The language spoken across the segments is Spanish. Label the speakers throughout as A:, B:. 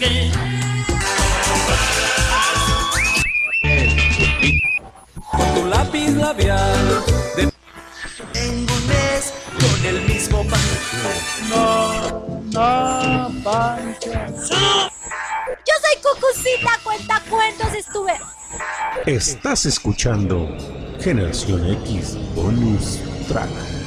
A: qué.
B: Con tu lápiz labial en un mes con el mismo pan. No, Pancho.
C: Yo soy Cucucita Cuentacuentos, estuve.
D: Estás escuchando Generación X Bonus Track.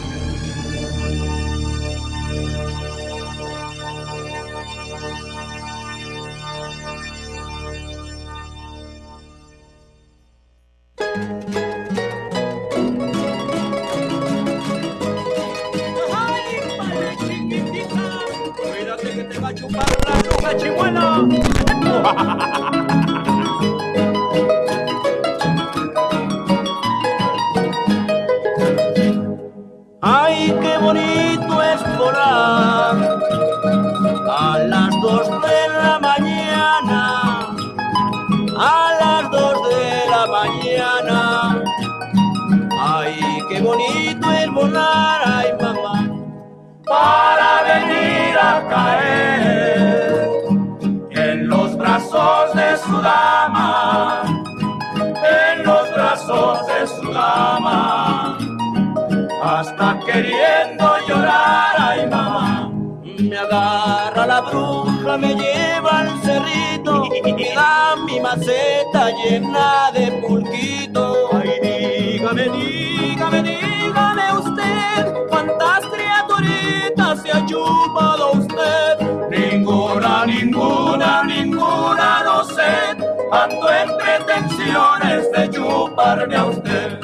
E: Ay, qué bonito es volar a las 2 de la mañana, a las 2 de la mañana. Ay, qué bonito es volar, ay mamá, para venir a caer en los brazos de su dama, en los brazos de su dama. Hasta queriendo llorar, ay mamá, me agarra la bruja, me lleva al cerrito, me da mi maceta llena de pulquito. Ay, dígame, dígame, dígame usted, ¿cuántas criaturitas se ha chupado usted? Ninguna, ninguna, ninguna, no sé, ando en pretensiones de chuparme a usted.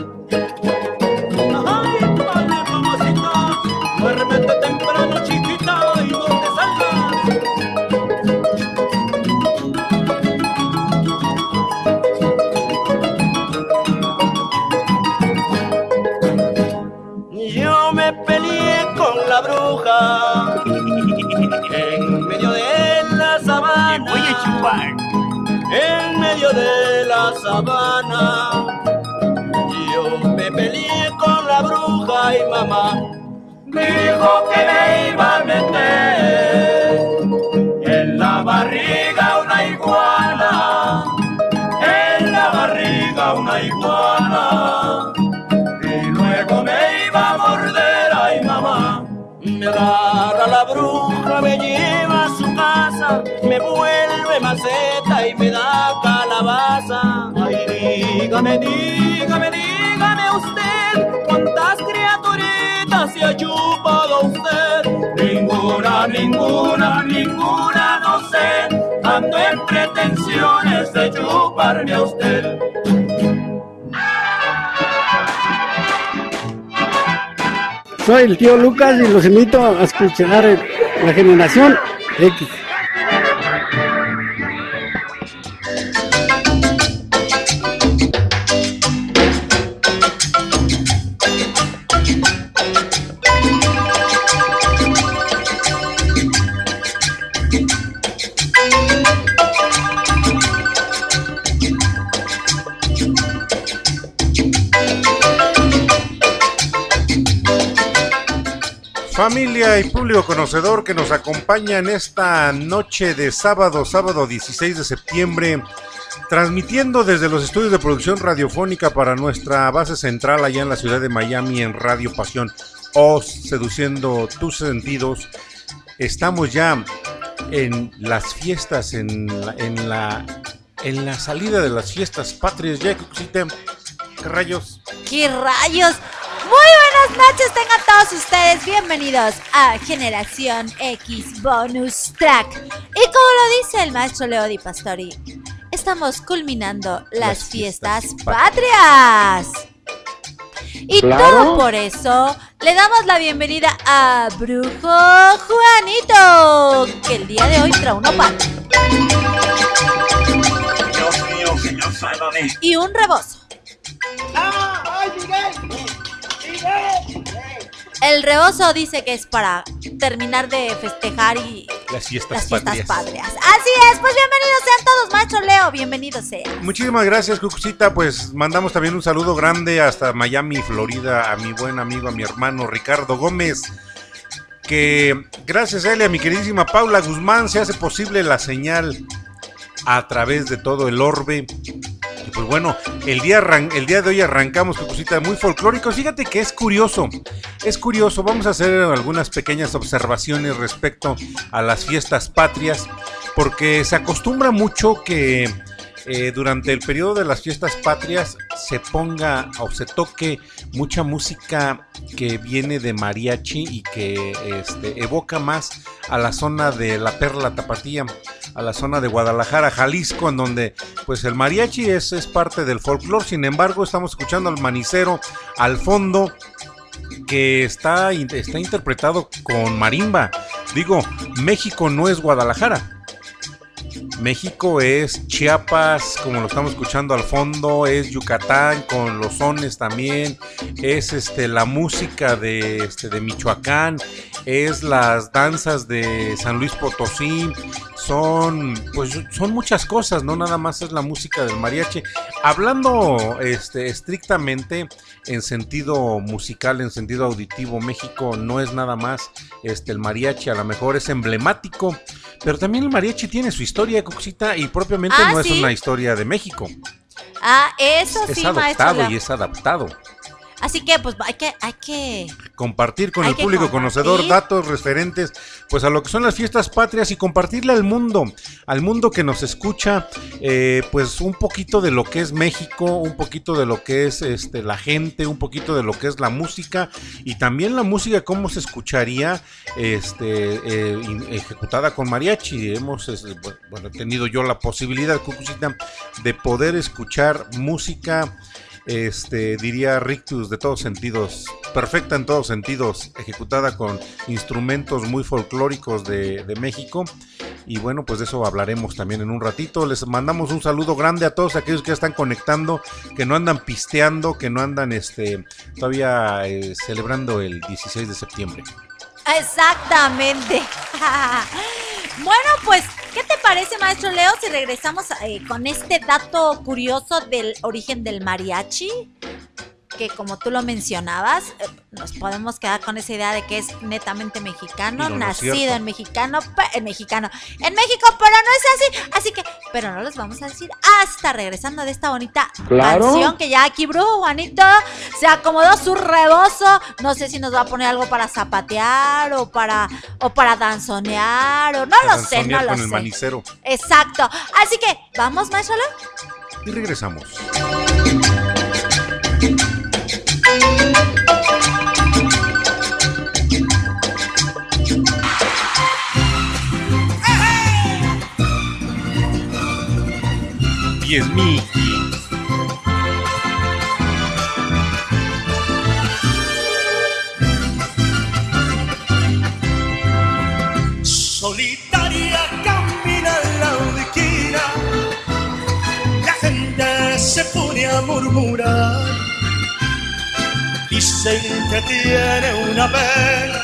E: Duérmete temprano, chiquita, y no te salgas. Yo me peleé con la bruja en medio de la sabana.
A: Te voy a chupar.
E: En medio de la sabana. Yo me peleé con la bruja y mamá dijo que me iba a meter en la barriga una iguana, en la barriga una iguana, y luego me iba a morder, ay mamá. Me agarra la bruja, me lleva a su casa, me vuelve maceta y me da calabaza. Ay, dígame, dígame, dígame usted, ¿cuántas criaturitas se ha chupado usted? Ninguna, ninguna, ninguna, no sé, ando en pretensiones de chuparme a usted.
F: Soy el tío Lucas y los invito a escuchar la Generación X.
D: Familia y público conocedor que nos acompaña en esta noche de sábado 16 de septiembre, transmitiendo desde los estudios de producción radiofónica para nuestra base central allá en la ciudad de Miami en Radio Pasión, seduciendo tus sentidos. Estamos ya en las fiestas, en la salida de las fiestas patrias. Ya, Cucucita, ¿qué rayos?
C: ¡Qué rayos! Muy buenas noches, tengan todos ustedes bienvenidos a Generación X Bonus Track. Y como lo dice el maestro Leo Di Pastori, estamos culminando las fiestas patrias. Y
F: Claro.
C: todo por eso le damos la bienvenida a Brujo Juanito, que el día de hoy trae un nopal
A: Dios mío, señor, sálvame.
C: y un rebozo.
E: ¡Ay, Miguel!
C: El rebozo dice que es para terminar de festejar y
D: Las fiestas
C: patrias.
D: patrias.
C: Así es, pues bienvenidos sean todos, maestro Leo, bienvenido sea.
D: Muchísimas gracias, Cucucita. Pues mandamos también un saludo grande hasta Miami, Florida, a mi buen amigo, a mi hermano Ricardo Gómez, que gracias a él y a mi queridísima Paula Guzmán se hace posible la señal a través de todo el orbe. Y pues bueno, el día de hoy arrancamos con cositas muy folclóricas. Fíjate que es curioso, vamos a hacer algunas pequeñas observaciones respecto a las fiestas patrias, porque se acostumbra mucho que durante el periodo de las fiestas patrias se ponga o se toque mucha música que viene de mariachi y que evoca más a la zona de la Perla Tapatía, a la zona de Guadalajara, Jalisco, en donde pues el mariachi es parte del folclore. Sin embargo, estamos escuchando al manicero al fondo, que está interpretado con marimba. Digo, México no es Guadalajara. México es Chiapas, como lo estamos escuchando al fondo, es Yucatán con los sones también, es la música de Michoacán, es las danzas de San Luis Potosí, son muchas cosas, no nada más es la música del mariachi. Hablando estrictamente en sentido musical, en sentido auditivo, México no es nada más el mariachi, a lo mejor es emblemático, pero también el mariachi tiene su historia, Cuxita, y propiamente no es una historia de México.
C: Eso sí,
D: es adoptado, maestro. Y es adaptado.
C: Así que pues hay que
D: compartir con el público conocedor datos referentes pues a lo que son las fiestas patrias y compartirle al mundo que nos escucha, pues un poquito de lo que es México, un poquito de lo que es la gente, un poquito de lo que es la música y también la música cómo se escucharía ejecutada con mariachi. Hemos tenido yo la posibilidad, Cucucita, de poder escuchar música diría rictus de todos sentidos, perfecta en todos sentidos, ejecutada con instrumentos muy folclóricos de México. Y bueno, pues de eso hablaremos también en un ratito. Les mandamos un saludo grande a todos aquellos que ya están conectando, que no andan pisteando, que no andan todavía celebrando el 16 de septiembre.
C: Exactamente. Bueno, pues, ¿qué te parece, maestro Leo, si regresamos con este dato curioso del origen del mariachi? Que como tú lo mencionabas, nos podemos quedar con esa idea de que es netamente mexicano, nacido en México, pero no es así, pero no les vamos a decir hasta regresando de esta bonita canción que ya aquí Brujo Juanito se acomodó su rebozo, no sé si nos va a poner algo para zapatear o para danzonear o no lo sé.
D: Con el manicero.
C: Exacto, así que vamos, maestro Leo.
D: Y regresamos. Y es mi
E: solitaria camina la ubiquina, la gente se pone a murmurar. Dicen que tiene una pena,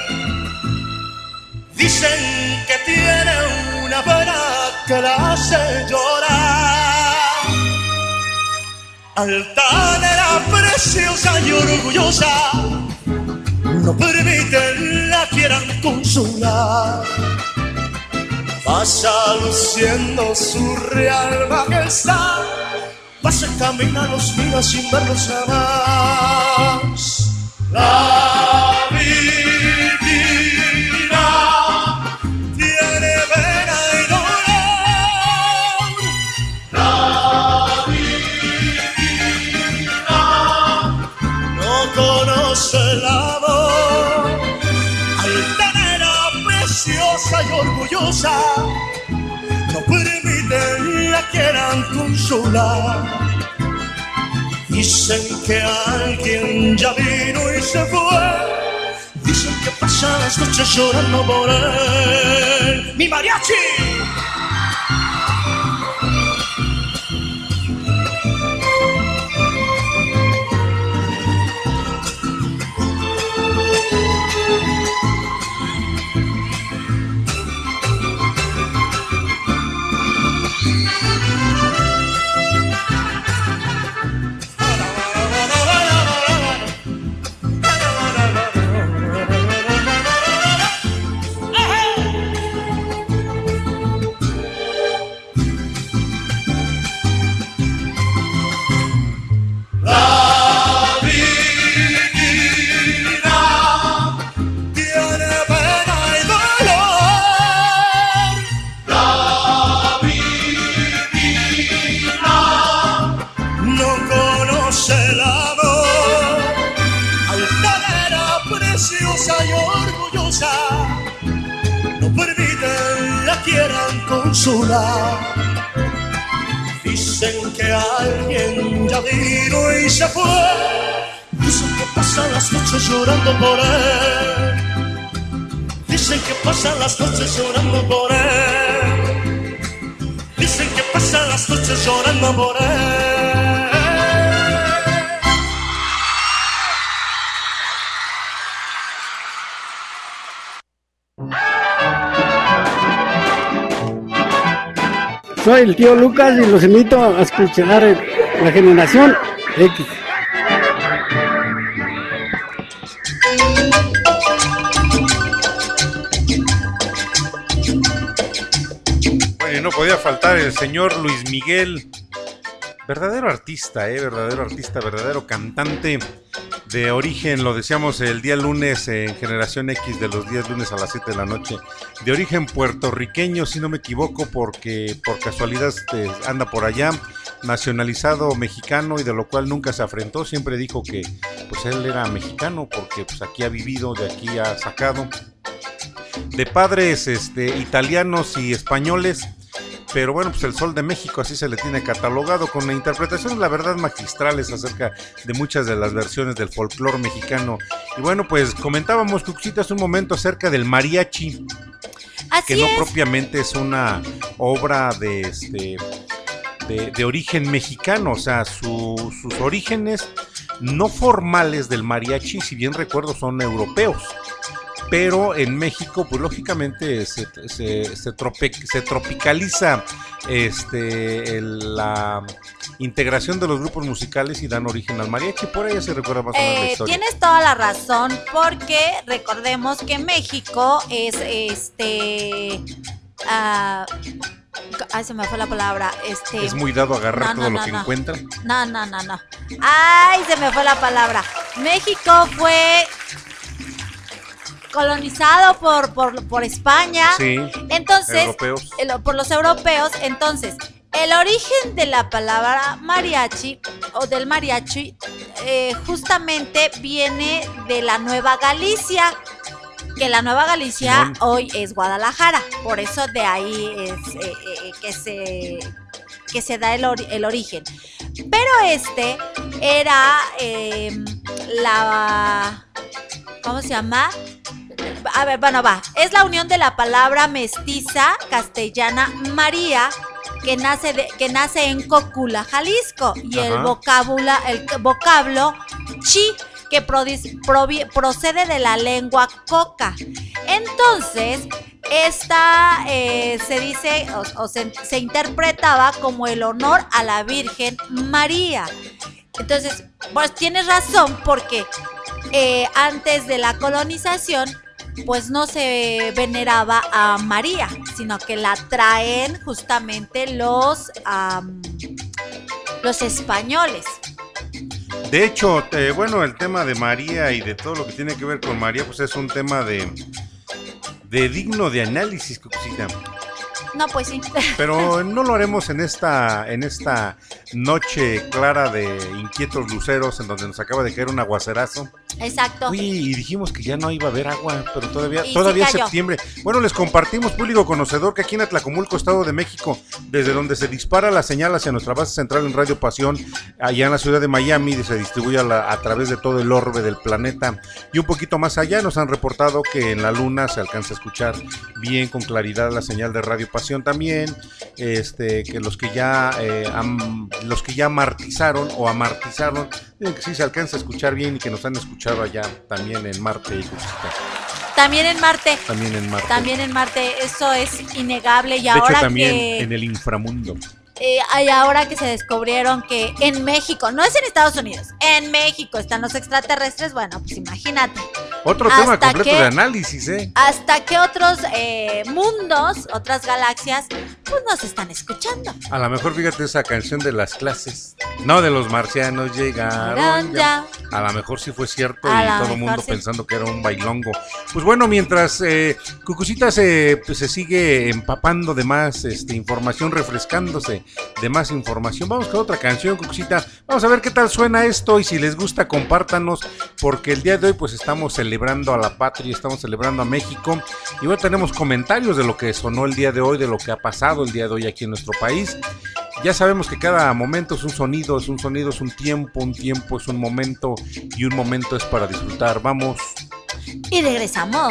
E: dicen que tiene una pena que la hace llorar. Altanera, preciosa y orgullosa, no permiten la quieran consolar. Pasa luciendo su real majestad, pasa camina los mira sin verlos jamás. La Virgina tiene pena y dolor. La Virgina no conoce el amor. Altanera, preciosa y orgullosa, no permiten la quieran consolar. Dicen que alguien ya vino y se fue, dicen que pasan las noches llorando por él. ¡Mi mariachi! perdemos el amor. Altanera, preciosa y orgullosa, no permiten la quieran consolar. Dicen que alguien ya vino y se fue. Dicen que pasan las noches llorando por él. Dicen que pasan las noches llorando por él. Dicen que pasan las noches llorando por él.
F: Soy el tío Lucas y los invito a escuchar La Generación X.
D: Bueno, y no podía faltar el señor Luis Miguel, verdadero artista, verdadero cantante de origen, lo decíamos el día lunes en Generación X, de los días lunes a las 7 de la noche, de origen puertorriqueño, si no me equivoco, porque por casualidad anda por allá, nacionalizado mexicano, y de lo cual nunca se afrentó, siempre dijo que pues él era mexicano porque pues aquí ha vivido, de aquí ha sacado, de padres italianos y españoles. Pero bueno, pues el Sol de México así se le tiene catalogado, con interpretaciones la verdad magistrales acerca de muchas de las versiones del folclore mexicano. Y bueno, pues comentábamos, Cuxita, hace un momento acerca del mariachi,
C: Así
D: que no
C: es.
D: propiamente es una obra de origen mexicano, o sea, sus orígenes no formales del mariachi, si bien recuerdo, son europeos. Pero en México, pues lógicamente se tropicaliza la integración de los grupos musicales y dan origen al mariachi. Por ahí se recuerda más o menos la historia.
C: Tienes toda la razón, porque recordemos que México es ay, se me fue la palabra.
D: Es muy dado a agarrar todo lo que encuentra.
C: No. Ay, se me fue la palabra. México fue colonizado por España.
D: Sí,
C: entonces,
D: europeos.
C: Por los europeos. Entonces, el origen de la palabra mariachi o del mariachi justamente viene de la Nueva Galicia, que la Nueva Galicia
D: Simón.
C: hoy es Guadalajara. Por eso de ahí es que se da el origen. Pero era ¿cómo se llama? A ver, bueno, va. Es la unión de la palabra mestiza castellana María, que nace en Cocula, Jalisco, y el vocablo chi, que procede de la lengua coca. Entonces, esta se dice o se interpretaba como el honor a la Virgen María. Entonces, pues tienes razón, porque antes de la colonización, pues no se veneraba a María, sino que la traen justamente los españoles.
D: De hecho, bueno, el tema de María y de todo lo que tiene que ver con María, pues es un tema de digno de análisis, Cuxita.
C: No, pues sí.
D: Pero no lo haremos en esta noche clara de inquietos luceros, en donde nos acaba de caer un aguacerazo.
C: Exacto.
D: Uy, y dijimos que ya no iba a haber agua, pero todavía
C: sí
D: es
C: cayó.
D: septiembre. Bueno, les compartimos, público conocedor, que aquí en Atlacomulco, Estado de México, desde donde se dispara la señal hacia nuestra base central en Radio Pasión, allá en la ciudad de Miami, se distribuye a través de todo el orbe del planeta, y un poquito más allá nos han reportado que en la luna se alcanza a escuchar bien con claridad la señal de Radio Pasión también, que los que ya amartizaron, dicen que sí se alcanza a escuchar bien y que nos han escuchado allá también en Marte.
C: También en Marte.
D: También en Marte.
C: Eso es innegable. Y
D: de
C: ahora
D: hecho, también
C: que
D: en el inframundo.
C: ahora que se descubrieron que en México, no es en Estados Unidos, en México están los extraterrestres, bueno, pues imagínate.
D: Otro tema completo de análisis,
C: Hasta que otros mundos, otras galaxias, pues nos están escuchando.
D: A lo mejor, fíjate, esa canción de las clases, no, de los marcianos llegaron ya. A lo mejor sí fue cierto, y todo el mundo pensando que era un bailongo. Pues bueno, mientras Cucucita se sigue empapando de más información, refrescándose de más información, vamos con otra canción, Cucucita, Vamos a ver qué tal suena esto y si les gusta compártanos, porque el día de hoy pues estamos celebrando a la patria, estamos celebrando a México y bueno, tenemos comentarios de lo que sonó el día de hoy, de lo que ha pasado el día de hoy aquí en nuestro país. Ya sabemos que cada momento es un sonido, es un tiempo es un momento y un momento es para disfrutar. Vamos.
C: Y regresamos.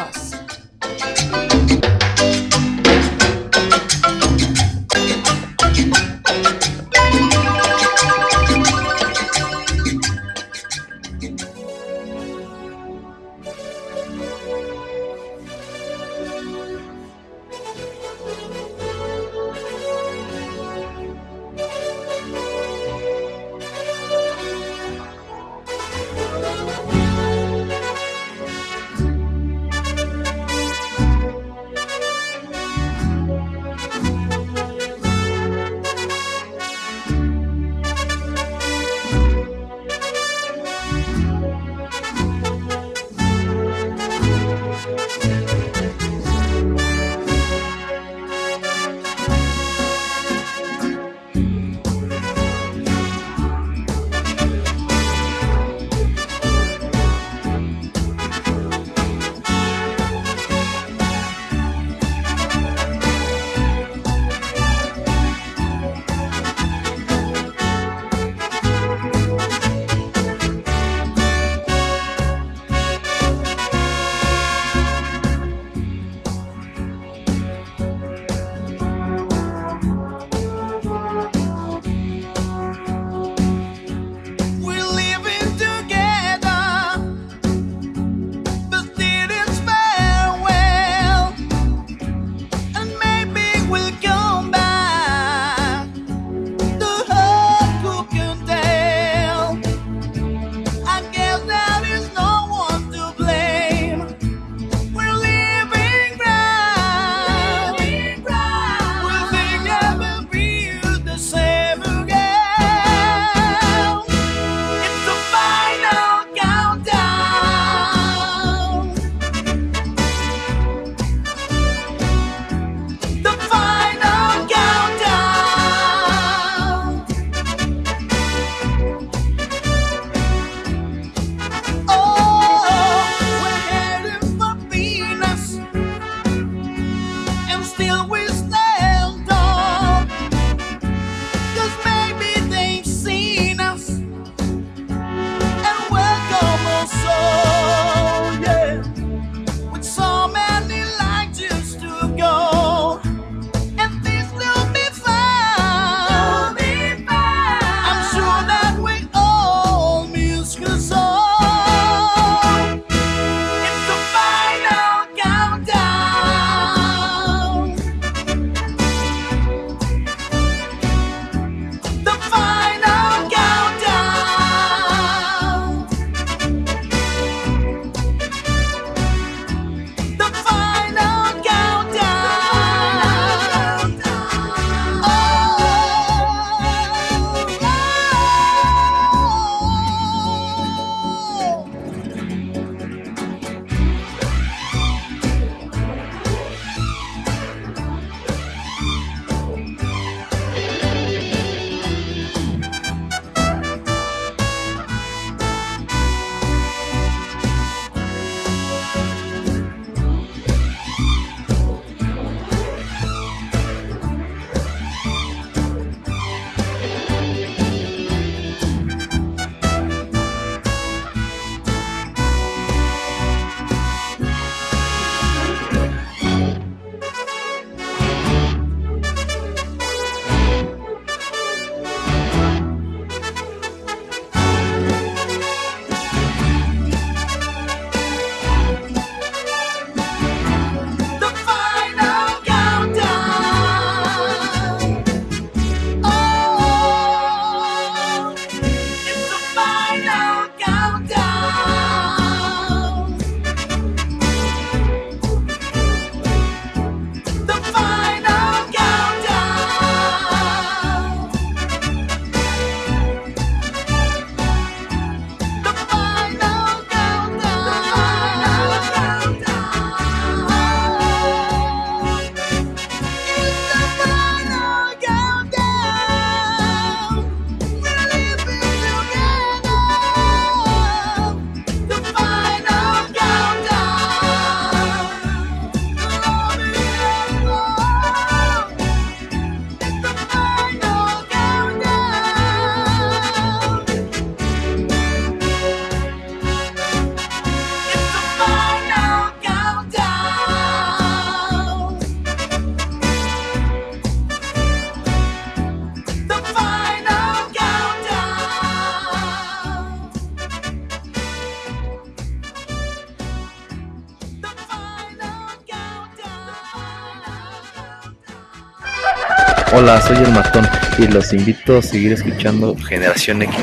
G: Hola, soy el Matón y los invito a seguir escuchando Generación X.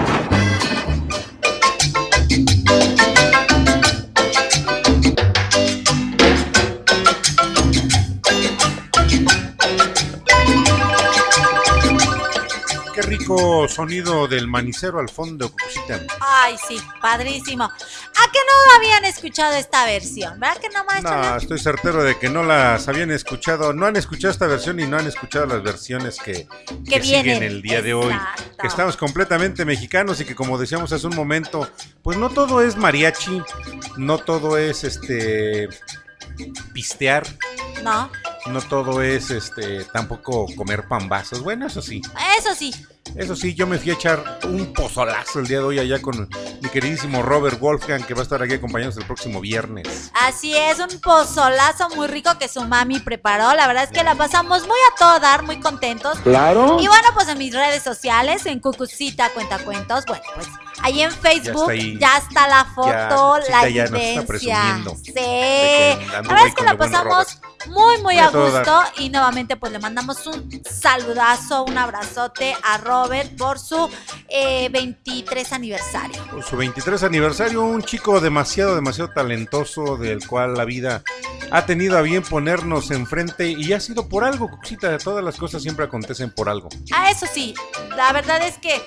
D: Qué rico sonido del manicero al fondo, Cucucita.
C: Ay, sí, padrísimo. ¿A que no habían escuchado esta versión? ¿Verdad que no, maestro?
D: No, estoy certero de que no las habían escuchado, no han escuchado esta versión y no han escuchado las versiones que siguen el día de hoy. Que estamos completamente mexicanos y que, como decíamos hace un momento, pues no todo es mariachi, no todo es pistear. No todo es tampoco comer pambazos. Bueno, eso sí. Eso sí, yo me fui a echar un pozolazo el día de hoy allá con mi queridísimo Robert Wolfgang, que va a estar aquí acompañándonos el próximo viernes.
C: Así es, un pozolazo muy rico que su mami preparó. La verdad es que la pasamos muy a todo dar, muy contentos.
F: Claro.
C: Y bueno, pues en mis redes sociales, en Cucucita Cuentacuentos, bueno, pues ahí en Facebook ya está la foto, la evidencia. Sí, la verdad es que la pasamos muy a gusto. Y nuevamente pues le mandamos un saludazo, un abrazote a Robert por su 23 aniversario.
D: Por su 23 aniversario, un chico demasiado talentoso, del cual la vida ha tenido a bien ponernos enfrente, y ha sido por algo, Cucucita. Todas las cosas siempre acontecen por algo.
C: Eso sí, la verdad es que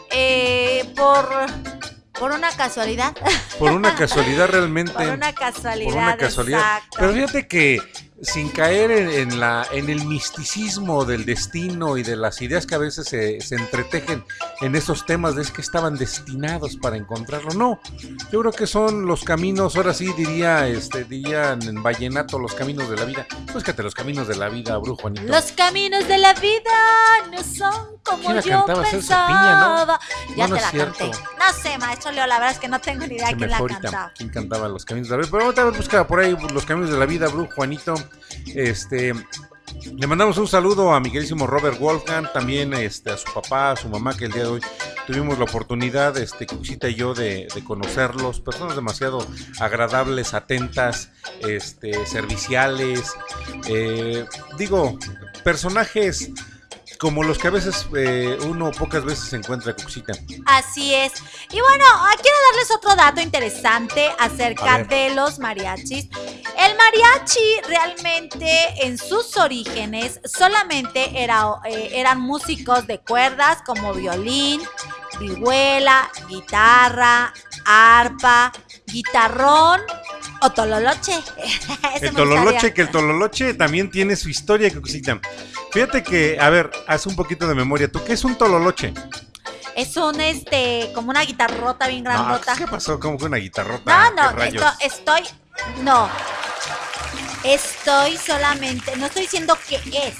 C: por una casualidad.
D: Por una casualidad realmente.
C: Por una casualidad. Exacto.
D: Pero fíjate que sin caer en el misticismo del destino y de las ideas que a veces se entretejen en esos temas de es que estaban destinados para encontrarlo. No, yo creo que son los caminos, ahora sí dirían en vallenato, los caminos de la vida. Búscate los caminos de la vida, Brujo Juanito.
C: Los caminos de la vida no son como yo pensaba.
D: Piña, ¿no?
C: Ya
D: no
C: te la
D: cierto.
C: canté. No sé, maestro Leo, la verdad es que no tengo ni idea quién la cantaba.
D: ¿Quién cantaba los caminos de la vida? Pero vamos a buscar por ahí los caminos de la vida, Brujo Juanito. Le mandamos un saludo a mi queridísimo Robert Wolfgang, también a su papá, a su mamá, que el día de hoy tuvimos la oportunidad, Cucucita y yo, de conocerlos. Personas demasiado agradables, atentas, serviciales, personajes como los que a veces uno pocas veces se encuentra, Cucucita.
C: Así es. Y bueno, quiero darles otro dato interesante acerca de los mariachis. El mariachi realmente en sus orígenes solamente eran músicos de cuerdas como violín, vihuela, guitarra, arpa, guitarrón o tololoche.
D: El tololoche también tiene su historia, Cucucita. Fíjate que, a ver, haz un poquito de memoria. ¿Tú qué es un tololoche?
C: Es un, como una guitarrota bien grandota.
D: ¿Qué pasó? ¿Cómo que una guitarrota?
C: No, estoy solamente, no estoy diciendo qué es.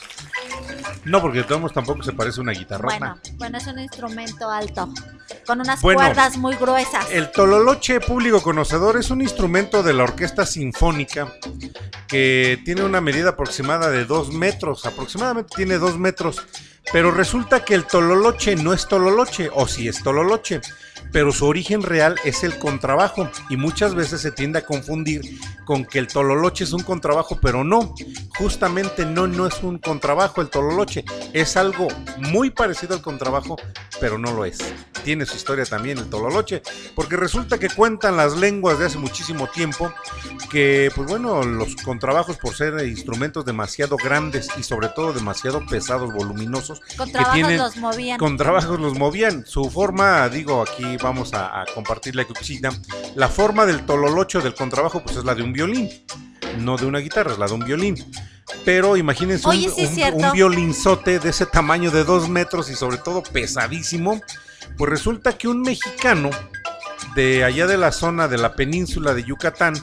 D: No, porque de todos modos tampoco se parece a una guitarrota.
C: Bueno, es un instrumento alto, con unas cuerdas muy gruesas.
D: El tololoche, público conocedor, es un instrumento de la orquesta sinfónica que tiene una medida aproximada de 2 metros, aproximadamente tiene 2 metros, pero resulta que el tololoche no es tololoche, o sí es tololoche, pero su origen real es el contrabajo, y muchas veces se tiende a confundir con que el tololoche es un contrabajo, pero no, justamente no es un contrabajo el tololoche, es algo muy parecido al contrabajo, pero no lo es. Tiene su historia también el tololoche, porque resulta que cuentan las lenguas de hace muchísimo tiempo que, pues bueno, los contrabajos, por ser instrumentos demasiado grandes y sobre todo demasiado pesados, voluminosos, con trabajos los movían. Su forma, aquí vamos a compartirle a Cucucita, la forma del tololoche del contrabajo pues es la de un violín, no de una guitarra, es la de un violín. Pero imagínense un violinzote de ese tamaño de 2 metros y sobre todo pesadísimo. Pues resulta que un mexicano de allá de la zona de la península de Yucatán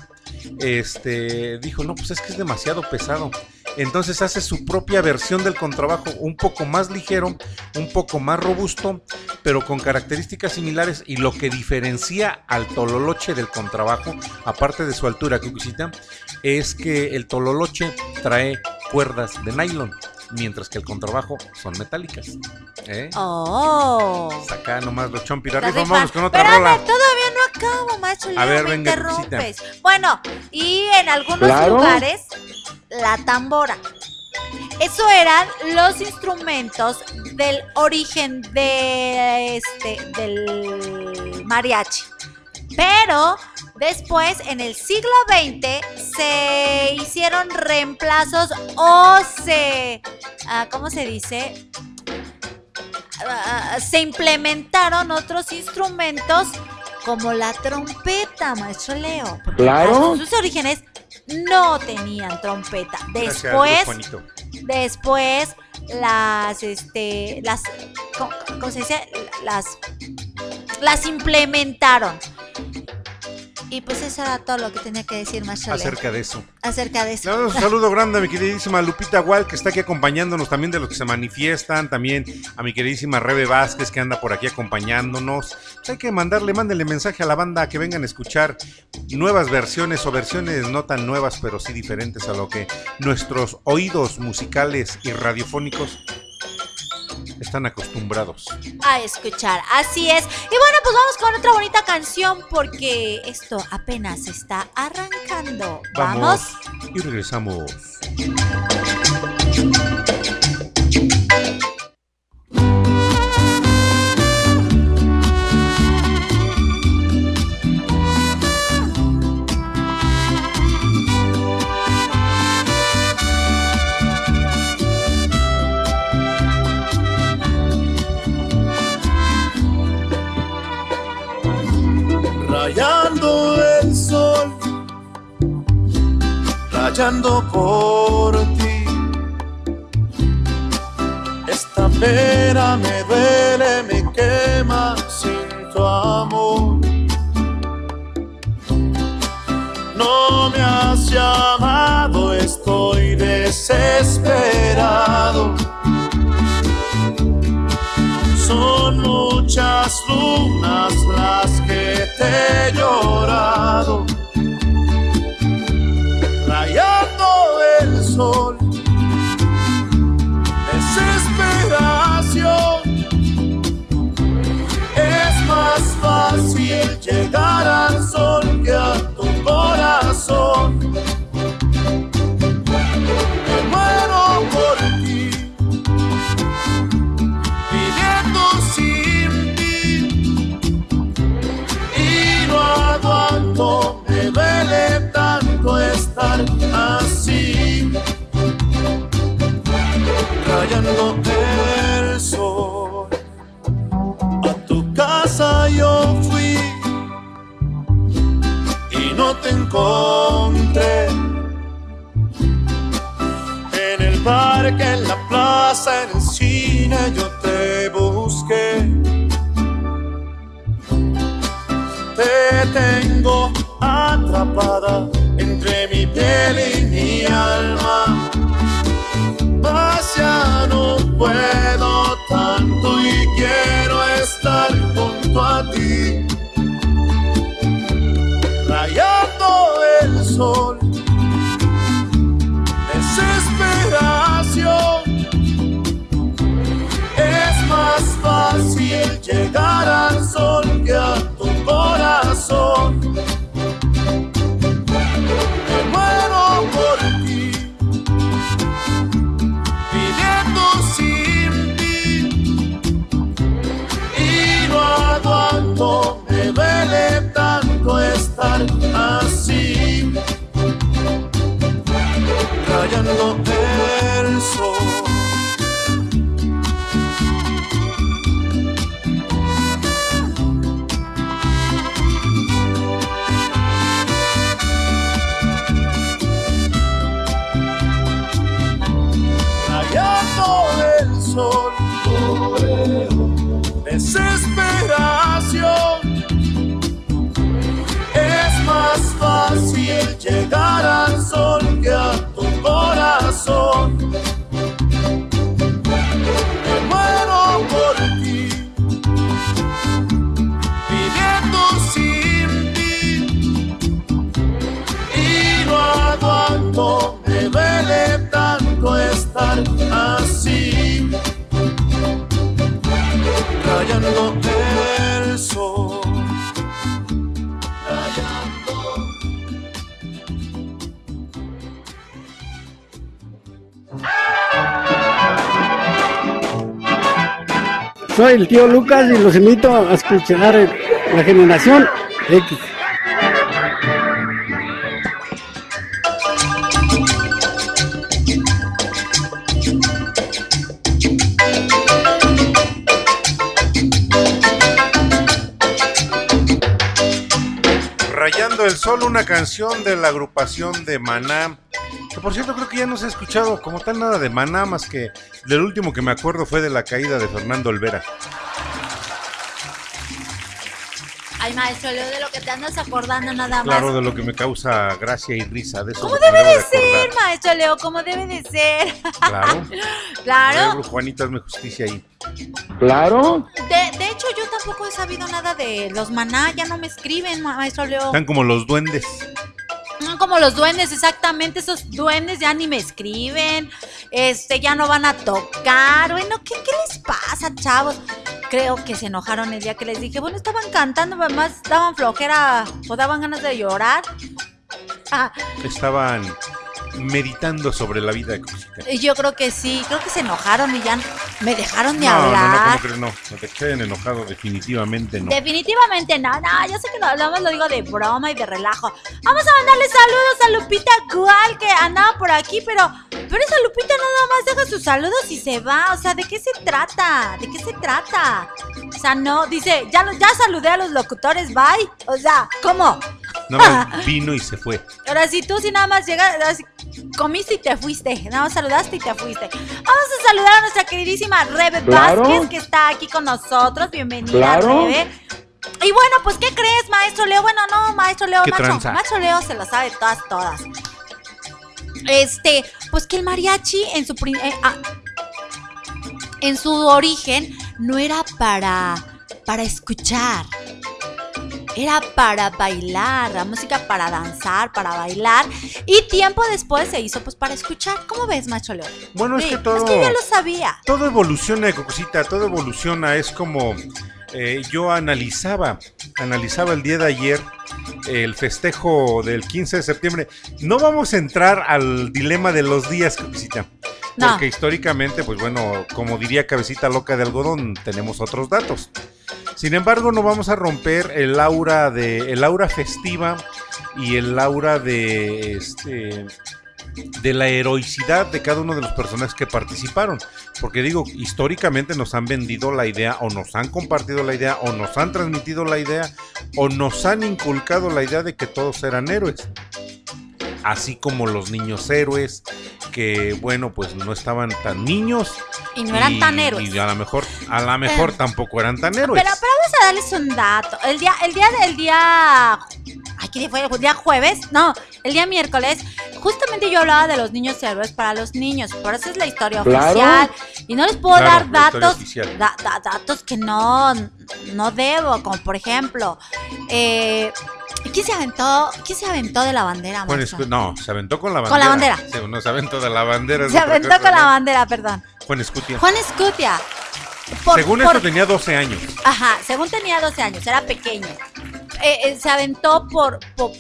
D: dijo, no, pues es que es demasiado pesado. Entonces hace su propia versión del contrabajo, un poco más ligero, un poco más robusto, pero con características similares, y lo que diferencia al tololoche del contrabajo, aparte de su altura, Cucucita, es que el tololoche trae cuerdas de nylon, mientras que el contrabajo son metálicas. Saca nomás los chompirarrifos. Vámonos con otra rola.
C: Todavía no acabo, macho.
D: A ver,
C: me
D: venga,
C: interrumpes.
D: Cucucita.
C: Bueno, y en algunos lugares, la tambora. Eso eran los instrumentos del origen del mariachi. Pero después, en el siglo XX, se hicieron reemplazos o ¿cómo se dice? Se implementaron otros instrumentos como la trompeta, maestro Leo.
H: Claro.
C: Sus orígenes no tenían trompeta. Después ¿cómo se dice? Las implementaron. Y pues eso era todo lo que tenía que decir, maestro Leo.
D: Acerca de eso.
C: Le
D: damos un saludo grande a mi queridísima Lupita Wall, que está aquí acompañándonos, también de los que se manifiestan, también a mi queridísima Rebe Vázquez, que anda por aquí acompañándonos. Hay que mándenle mensaje a la banda que vengan a escuchar nuevas versiones o versiones no tan nuevas, pero sí diferentes a lo que nuestros oídos musicales y radiofónicos están acostumbrados
C: a escuchar. Así es. Y bueno, pues vamos con otra bonita canción porque esto apenas está arrancando. Vamos
D: y regresamos.
E: Rayando el sol, rayando por ti. Esta pena me duele, me quema sin tu amor. No me has llamado, estoy desesperado. Son muchas lunas las que te he llorado. Rayando el sol, desesperación. Es más fácil llegar al sol que a tu corazón. Me muero por ti, viviendo sin ti, y no aguanto, me duele tanto estar así. Rayando el sol, a tu casa yo fui y no te encontré. En el parque, en la plaza, en el cine yo te busqué. Te tengo atrapada entre mi piel y mi alma. Mas ya no puedo tanto y quiero estar junto a ti. Rayando el sol, desesperación. Es más fácil llegar al sol que a tu corazón. Me muero por ti, viviendo sin ti, y no aguanto, me duele tanto estar así. Rayando el sol, rayando el sol, desesperación. Es más fácil llegar al sol que a tu corazón. Me muero por ti, viviendo sin ti, y no aguanto, me duele tanto estar así. Rayando el sol, rayando.
F: Soy el tío Lucas y los invito a escuchar La Generación X.
D: Rayando el Sol, una canción de la agrupación de Maná, que por cierto creo que ya no se ha escuchado como tal nada de Maná, más que del último que me acuerdo fue de la caída de Fernando Olvera.
C: Ay, maestro Leo, de lo que te andas acordando nada más.
D: Claro, de lo que me causa gracia y risa, de eso.
C: ¿Cómo debe de ser, maestro Leo? ¿Cómo debe de ser?
D: Claro.
C: Claro.
D: Juanita, hazme justicia ahí.
F: Claro.
C: De hecho, yo tampoco he sabido nada de los Maná, ya no me escriben, maestro Leo.
D: Están como los duendes.
C: Como los duendes, exactamente, esos duendes ya ni me escriben, ya no van a tocar. Bueno, ¿qué les pasa, chavos? Creo que se enojaron el día que les dije, bueno, estaban cantando, además daban flojera o daban ganas de llorar.
D: Estaban meditando sobre la vida de Cosita.
C: Y yo creo que sí, creo que se enojaron y ya me dejaron de hablar.
D: No, te queden enojado, definitivamente no.
C: Definitivamente no, yo sé que nada más lo digo de broma y de relajo. Vamos a mandarle saludos a Lupita Gual, que andaba por aquí, pero esa Lupita nada más deja sus saludos y se va. O sea, ¿de qué se trata? ¿De qué se trata? O sea, no, dice, ya saludé a los locutores, bye. O sea, ¿cómo?
D: Nada más vino y se fue.
C: Ahora sí, tú si nada más llegas, comiste y te fuiste, nada más saludaste y te fuiste. Vamos a saludar a nuestra queridísima Rebe Vázquez, que está aquí con nosotros. Bienvenida, Rebe. Y bueno, pues, ¿qué crees, maestro Leo? Bueno, no, maestro Leo, macho Leo se lo sabe todas. Pues que el mariachi en su origen no era para escuchar. Era para bailar, la música para danzar, para bailar. Y tiempo después se hizo pues para escuchar. ¿Cómo ves, macho Leo?
D: Bueno,
C: sí,
D: es que todo...
C: Es que yo lo sabía.
D: Todo evoluciona, Cocosita, todo evoluciona. Es como yo analizaba el día de ayer el festejo del 15 de septiembre. No vamos a entrar al dilema de los días, Cocosita. Porque históricamente, pues bueno, como diría Cabecita Loca de Algodón, tenemos otros datos. Sin embargo, no vamos a romper el aura festiva y el aura de la heroicidad de cada uno de los personajes que participaron. Porque digo, históricamente nos han vendido la idea, o nos han compartido la idea, o nos han transmitido la idea, o nos han inculcado la idea de que todos eran héroes. Así como los niños héroes, que bueno, pues no estaban tan niños.
C: Y no eran tan héroes.
D: Y a lo mejor tampoco eran tan héroes.
C: Pero vamos a darles un dato. El día ay, ¿qué fue? ¿El día jueves? No, el día miércoles. Justamente yo hablaba de los niños héroes para los niños. Por eso es la historia oficial. Y no les puedo dar datos. Datos que no debo. Como por ejemplo, ¿quién se aventó de la bandera?
D: No, se aventó con la bandera.
C: Con la bandera.
D: Sí, no se aventó de la bandera.
C: Se aventó con la bandera, perdón.
D: Juan Escutia.
C: Según
D: esto tenía 12 años.
C: Ajá, según tenía 12 años, era pequeño. Se aventó por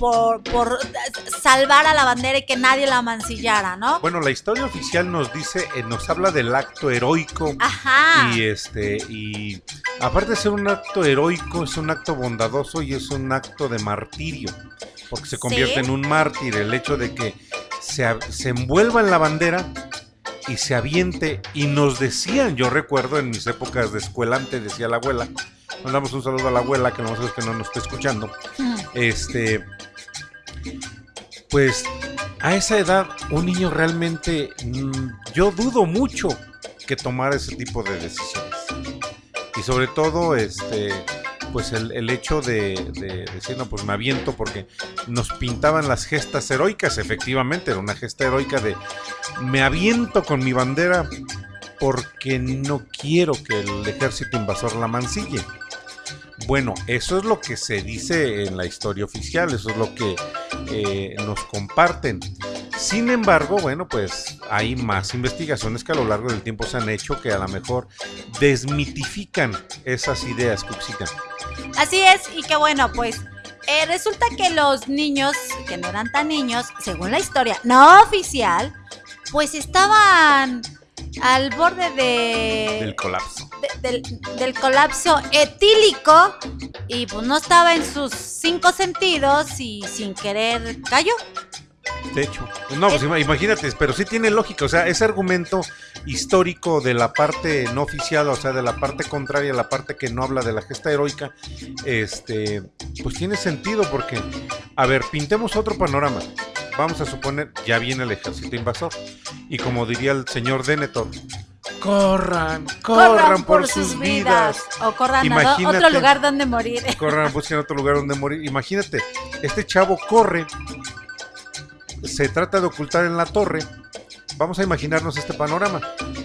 C: salvar a la bandera y que nadie la mancillara, ¿no?
D: Bueno, la historia oficial nos habla del acto heroico.
C: Ajá.
D: Y aparte de ser un acto heroico, es un acto bondadoso y es un acto de martirio. Porque se convierte en un mártir el hecho de que se envuelva en la bandera y se aviente. Y nos decían, yo recuerdo en mis épocas de escuelante, decía la abuela, mandamos un saludo a la abuela, que no sé, que no nos está escuchando. Pues a esa edad un niño realmente, yo dudo mucho que tomara ese tipo de decisiones. Y sobre todo pues el hecho de decir, no, pues me aviento, porque nos pintaban las gestas heroicas. Efectivamente era una gesta heroica de me aviento con mi bandera porque no quiero que el ejército invasor la mancille. Bueno, eso es lo que se dice en la historia oficial, eso es lo que nos comparten. Sin embargo, bueno, pues hay más investigaciones que a lo largo del tiempo se han hecho que a lo mejor desmitifican esas ideas que existen.
C: Así es, y que bueno, pues resulta que los niños, que no eran tan niños, según la historia no oficial, pues estaban al borde
D: Del colapso.
C: del colapso etílico y pues no estaba en sus 5 sentidos y sin querer cayó.
D: De hecho, no, pues imagínate, pero sí tiene lógica, o sea, ese argumento histórico de la parte no oficial, o sea, de la parte contraria, la parte que no habla de la gesta heroica, pues tiene sentido porque, a ver, pintemos otro panorama. Vamos a suponer, ya viene el ejército invasor y como diría el señor Denethor, corran por sus vidas.
C: O corran a otro lugar donde morir.
D: Corran, busquen otro lugar donde morir. Imagínate, este chavo corre, se trata de ocultar en la torre. Vamos a imaginarnos este panorama.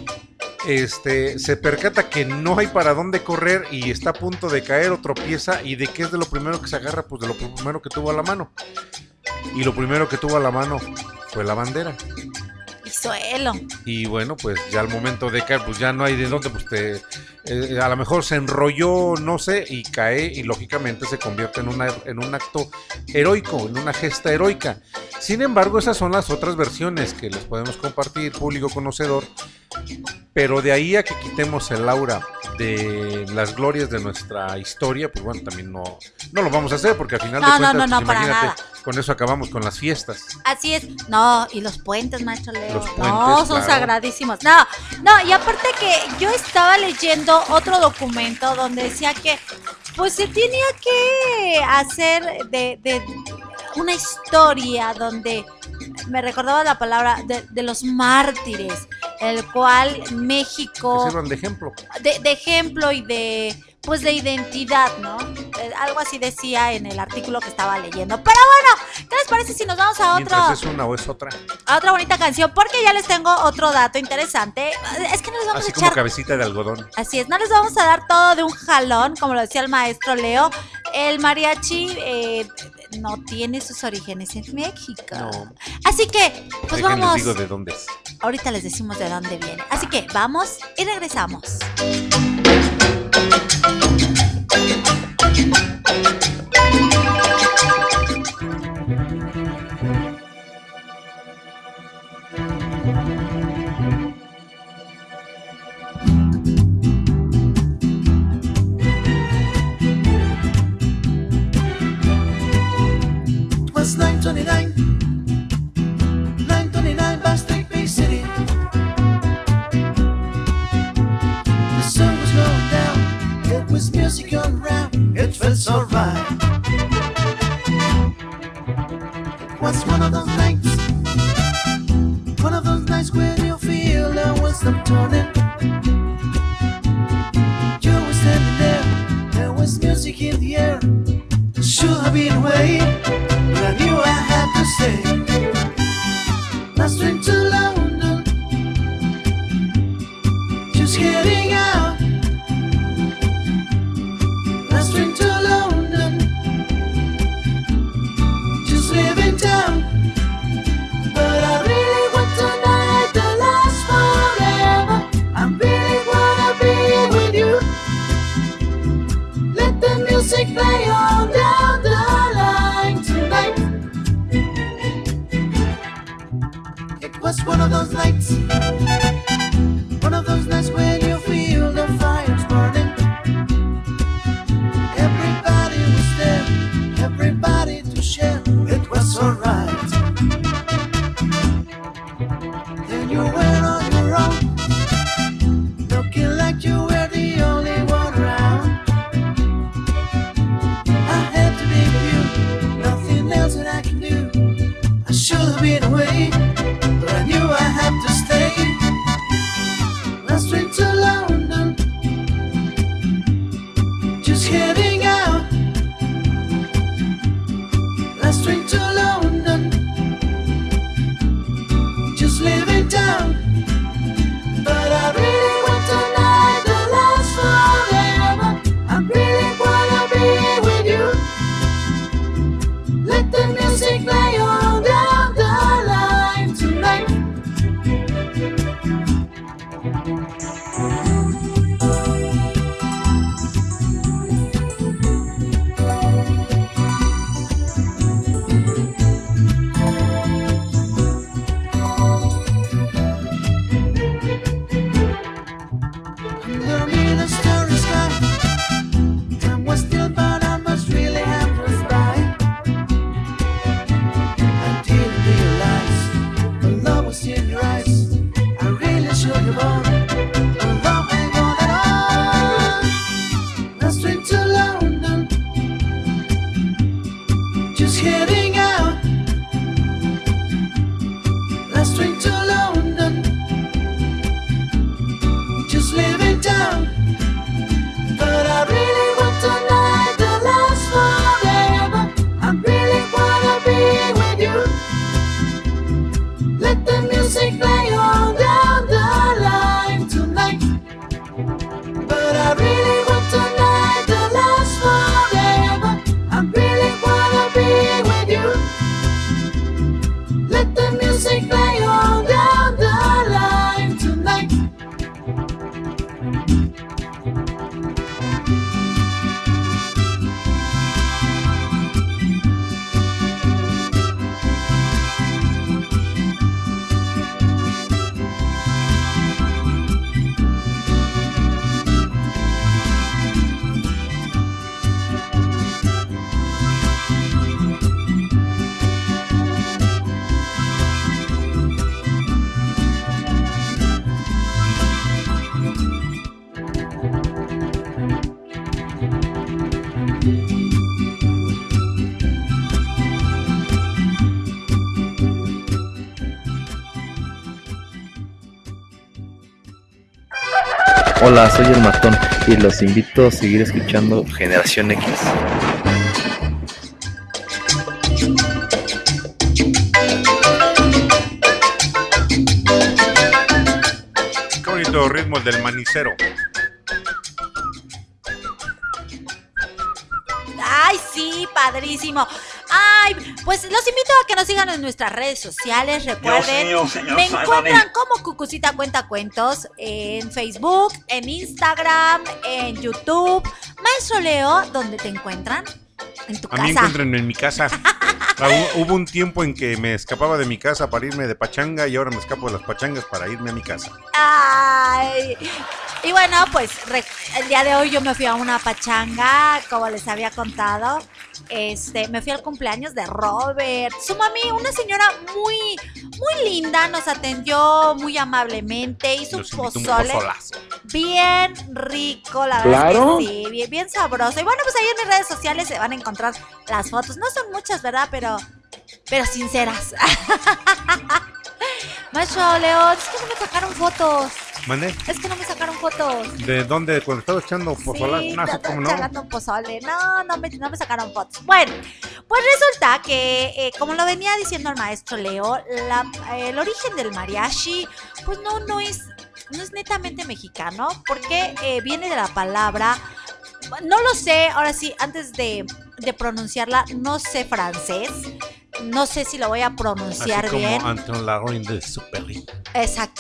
D: Se percata que no hay para dónde correr y está a punto de caer o tropieza. ¿Y de qué es de lo primero que se agarra? Pues de lo primero que tuvo a la mano. Y lo primero que tuvo a la mano fue la bandera.
C: Y suelo. Y
D: bueno, pues ya al momento de caer, pues ya no hay de dónde, pues a lo mejor se enrolló, no sé, y cae y lógicamente se convierte en un acto heroico, en una gesta heroica. Sin embargo, esas son las otras versiones que les podemos compartir, público conocedor, pero de ahí a que quitemos el aura de las glorias de nuestra historia, pues bueno, también no lo vamos a hacer porque al final de cuentas, pues, imagínate, con eso acabamos con las fiestas.
C: Así es, no, y los puentes, maestro Leo,
D: los puentes,
C: no, son
D: claro,
C: sagradísimos, no, y aparte que yo estaba leyendo otro documento donde decía que pues se tenía que hacer de una historia donde me recordaba la palabra de los mártires, el cual México
D: que sirvan de ejemplo.
C: De ejemplo y de identidad, ¿no? Algo así decía en el artículo que estaba leyendo. Pero bueno, ¿qué les parece si nos vamos a
D: mientras es una o es otra?
C: A otra bonita canción, porque ya les tengo otro dato interesante. Es que no les vamos
D: así
C: a echar...
D: como cabecita de algodón.
C: Así es, no les vamos a dar todo de un jalón, como lo decía el maestro Leo. El mariachi no tiene sus orígenes en México.
D: No.
C: Así que, pues vamos.
D: Les digo de dónde es.
C: Ahorita les decimos de dónde viene. Así que vamos y regresamos.
B: It was 929 Boston Bay City. The sun was going down, it was music all around, it felt so right. It was one of those nights when you feel there was some turning. You were standing there was music in the air. Should have been away, but I knew I had to stay. Last train to London, just getting out. Last train to London, just leaving town. But I really want tonight to last forever. I really wanna be with you. Let the music play on down the line tonight. It was one of those nights when you feel the fires burning. Everybody was there, everybody to share. It was alright. Then you were on your own, looking like you were the only one around. I had to be with you, nothing else that I can do. I should have been away, but I knew I had to stay. just heading out. Last train to London, just leaving town. But I really want tonight to last forever. I really wanna be with you. Let the music play all down the line tonight. But I really want tonight to last forever. I really wanna be with you. Let the music play all down the line tonight.
G: Hola, soy el Matón y los invito a seguir escuchando Generación X.
D: Qué bonito ritmo el del manicero.
C: Ay, sí, padrísimo. Ay, pues los invito a que nos sigan en nuestras redes sociales. Recuerden,
A: Dios mío, señor,
C: me
A: sálvame.
C: encuentran como Cucucita Cuenta Cuentos en Facebook, en Instagram, en YouTube. Maestro Leo, ¿dónde te encuentran? En tu
D: A mí
C: casa.
D: encuentren en mi casa. Hubo un tiempo en que me escapaba de mi casa para irme de pachanga y ahora me escapo de las pachangas para irme a mi casa.
C: Ay. Y bueno, pues el día de hoy yo me fui a una pachanga, como les había contado. Me fui al cumpleaños de Robert. Su mami, una señora muy linda, nos atendió muy amablemente, hizo un
D: Los invito a un
C: pozole
D: pozolazo.
C: bien rico, la verdad es que sí, bien sabroso. Y bueno, pues ahí en mis redes sociales se van a encontrar las fotos. No son muchas, ¿verdad? Pero sinceras. Maestro Leo, es que no me sacaron fotos.
D: ¿Mande?
C: Es que no me sacaron fotos.
D: ¿De dónde? Cuando estaba echando pozolazo.
C: Sí,
D: No sé cómo no.
C: echando un pozole. No me sacaron fotos. Bueno, pues resulta que, como lo venía diciendo el maestro Leo, el origen del mariachi, pues no es netamente mexicano, porque viene de la palabra, no lo sé, ahora sí, antes de pronunciarla, no sé francés. No sé si lo voy a pronunciar
D: Así
C: bien.
D: como Anton Laroin de Superry.
C: Exacto.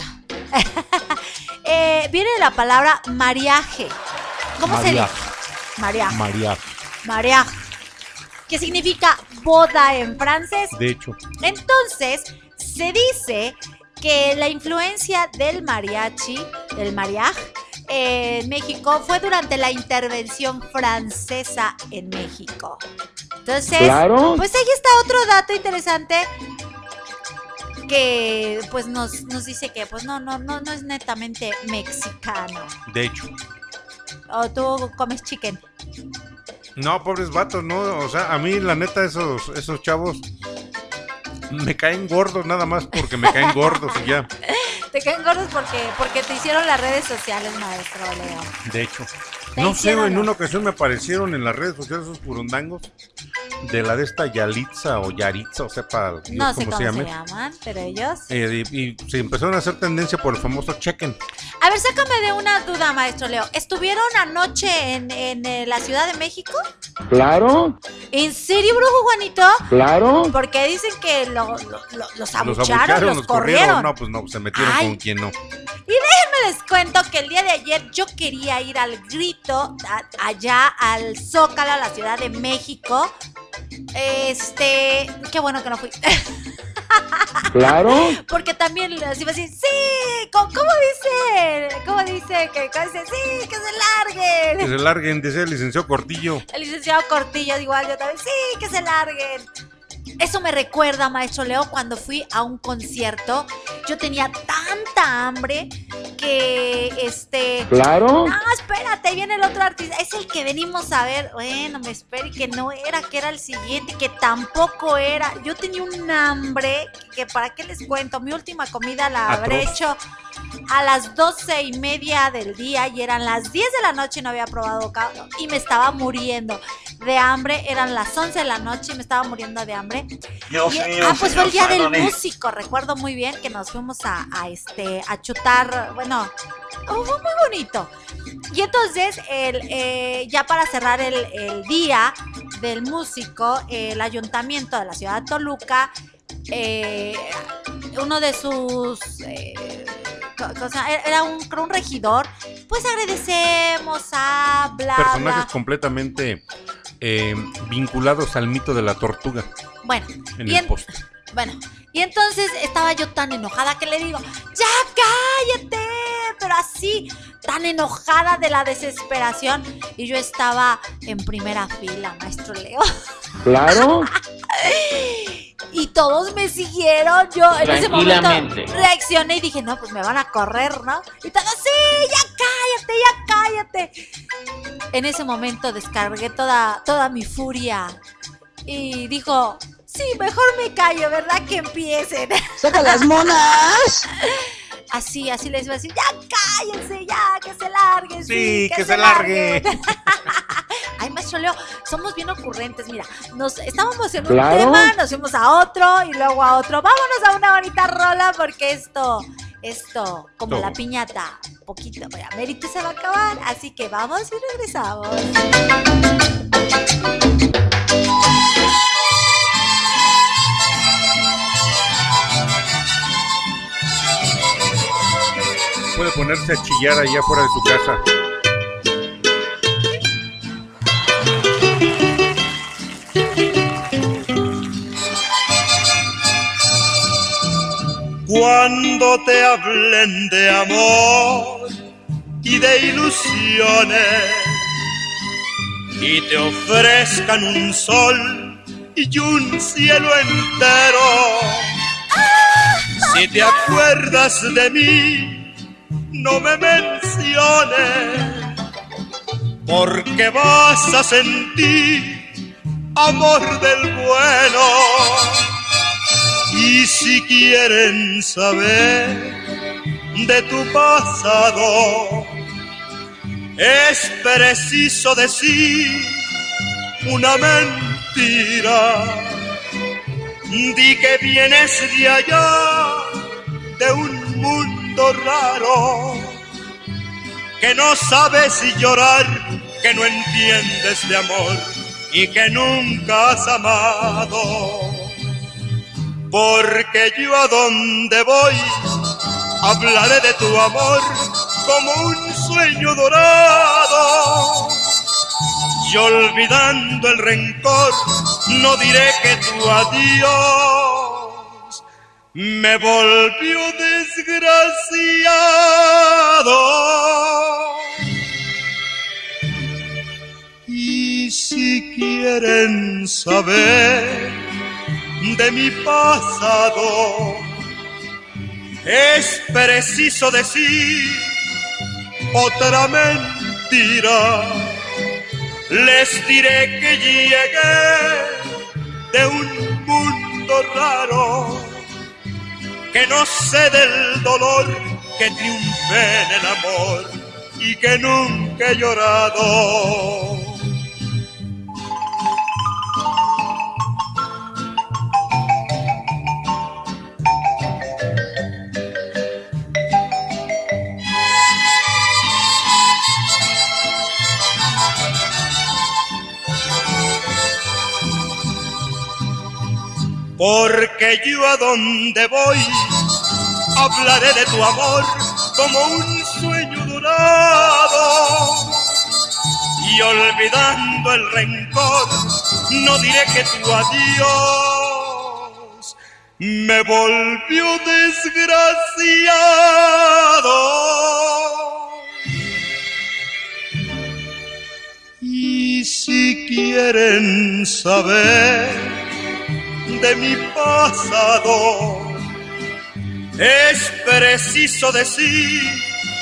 C: Viene de la palabra mariaje. ¿Cómo se dice? Mariaje. Mariaje. Que significa boda en francés.
D: De hecho.
C: Entonces, se dice que la influencia del mariachi, del mariaje, en México fue durante la intervención francesa en México. Entonces, pues ahí está otro dato interesante que pues nos dice que pues no es netamente mexicano.
D: De hecho.
C: ¿O tú comes chicken?
D: No, pobres vatos, no. O sea, a mí la neta esos chavos me caen gordos nada más porque me caen gordos y ya.
C: Te caen gordos porque te hicieron las redes sociales, maestro Leo.
D: De hecho.
C: Te
D: No sé,
C: hicieron,
D: en
C: ¿no?
D: una ocasión me aparecieron en las redes sociales esos purundangos de la de esta Yalitza o Yaritza, o sepa Dios
C: No sé
D: cómo
C: cómo
D: se
C: se
D: llame.
C: llaman, pero ellos.
D: Y se empezaron a hacer tendencia por el famoso chequen.
C: A ver, sácame de una duda, maestro Leo. ¿Estuvieron anoche en la Ciudad de México?
F: Claro,
C: ¿En serio, brujo Juanito?
F: claro.
C: Porque dicen que los
D: Los
C: abucharon,
D: abucharon,
C: los
D: los
C: corrieron.
D: No, pues no, se metieron
C: Ay.
D: con quien no.
C: Y déjenme les cuento que el día de ayer yo quería ir al grito allá al Zócalo, a la Ciudad de México. Qué bueno que no fui.
F: Claro.
C: Porque también les iba a decir, sí, ¿cómo dice? ¿Cómo dice? Que dice, sí, que se larguen.
D: Que se larguen, dice el licenciado Cortillo.
C: El licenciado Cortillo, igual yo también, sí, que se larguen. Eso me recuerda, maestro Leo, cuando fui a un concierto. Yo tenía tanta hambre que
F: Claro.
C: No, espérate, viene el otro artista. Es el que venimos a ver. Bueno, me espero que no era, que era el siguiente, que tampoco era. Yo tenía un hambre que para qué les cuento. Mi última comida la habré hecho a las 12:30 del día y eran las 10 de la noche y no había probado y me estaba muriendo de hambre. Eran las 11 de la noche y me estaba muriendo de hambre.
A: Dios mío,
C: Pues fue el día del
A: sálvame.
C: músico. Recuerdo muy bien que nos fuimos a chutar. Bueno, fue muy bonito. Y entonces, ya para cerrar el día del músico, el ayuntamiento de la ciudad de Toluca, uno de sus era un regidor, pues agradecemos a
D: Personajes
C: bla.
D: completamente vinculados al mito de la tortuga
C: Bueno,
D: en el post.
C: Bueno, y entonces estaba yo tan enojada que le digo, ¡ya cállate! Pero así, tan enojada de la desesperación. Y yo estaba en primera fila, maestro Leo.
F: Claro.
C: Y todos me siguieron. Yo en ese momento
H: Tranquilamente.
C: reaccioné y dije, no, pues me van a correr, ¿no? Y todos, sí, ya cállate. En ese momento descargué toda mi furia. Y dijo, sí, mejor me callo, ¿verdad? Que empiecen.
B: ¡Saca las monas!
C: Así les iba a decir, ya cállense, ya, que se larguen.
D: Sí, que se largue.
C: Ay, maestro Leo, somos bien ocurrentes, mira, estábamos en un
F: Claro.
C: tema, nos fuimos a otro y luego a otro. Vámonos a una bonita rola porque esto, como
D: Todo.
C: la piñata, poquito, vaya, mérito se va a acabar, así que vamos y regresamos.
D: Puede ponerse a chillar allá afuera de su casa.
E: Cuando te hablen de amor y de ilusiones y te ofrezcan un sol y un cielo entero, si te acuerdas de mí, no me menciones, porque vas a sentir amor del bueno. Y si quieren saber de tu pasado, es preciso decir una mentira. Di que vienes de allá, de un mundo raro, que no sabes llorar, que no entiendes de amor y que nunca has amado. Porque yo a donde voy hablaré de tu amor como un sueño dorado. Y olvidando el rencor, no diré que tu adiós me volvió desgraciado. Y si quieren saber de mi pasado, es preciso decir otra mentira. Les diré que llegué de un mundo raro, que no sé del dolor, que triunfé en el amor y que nunca he llorado. Porque yo a donde voy hablaré de tu amor como un sueño dorado. Y olvidando el rencor, no diré que tu adiós me volvió desgraciado. Y si quieren saber de mi pasado, es preciso decir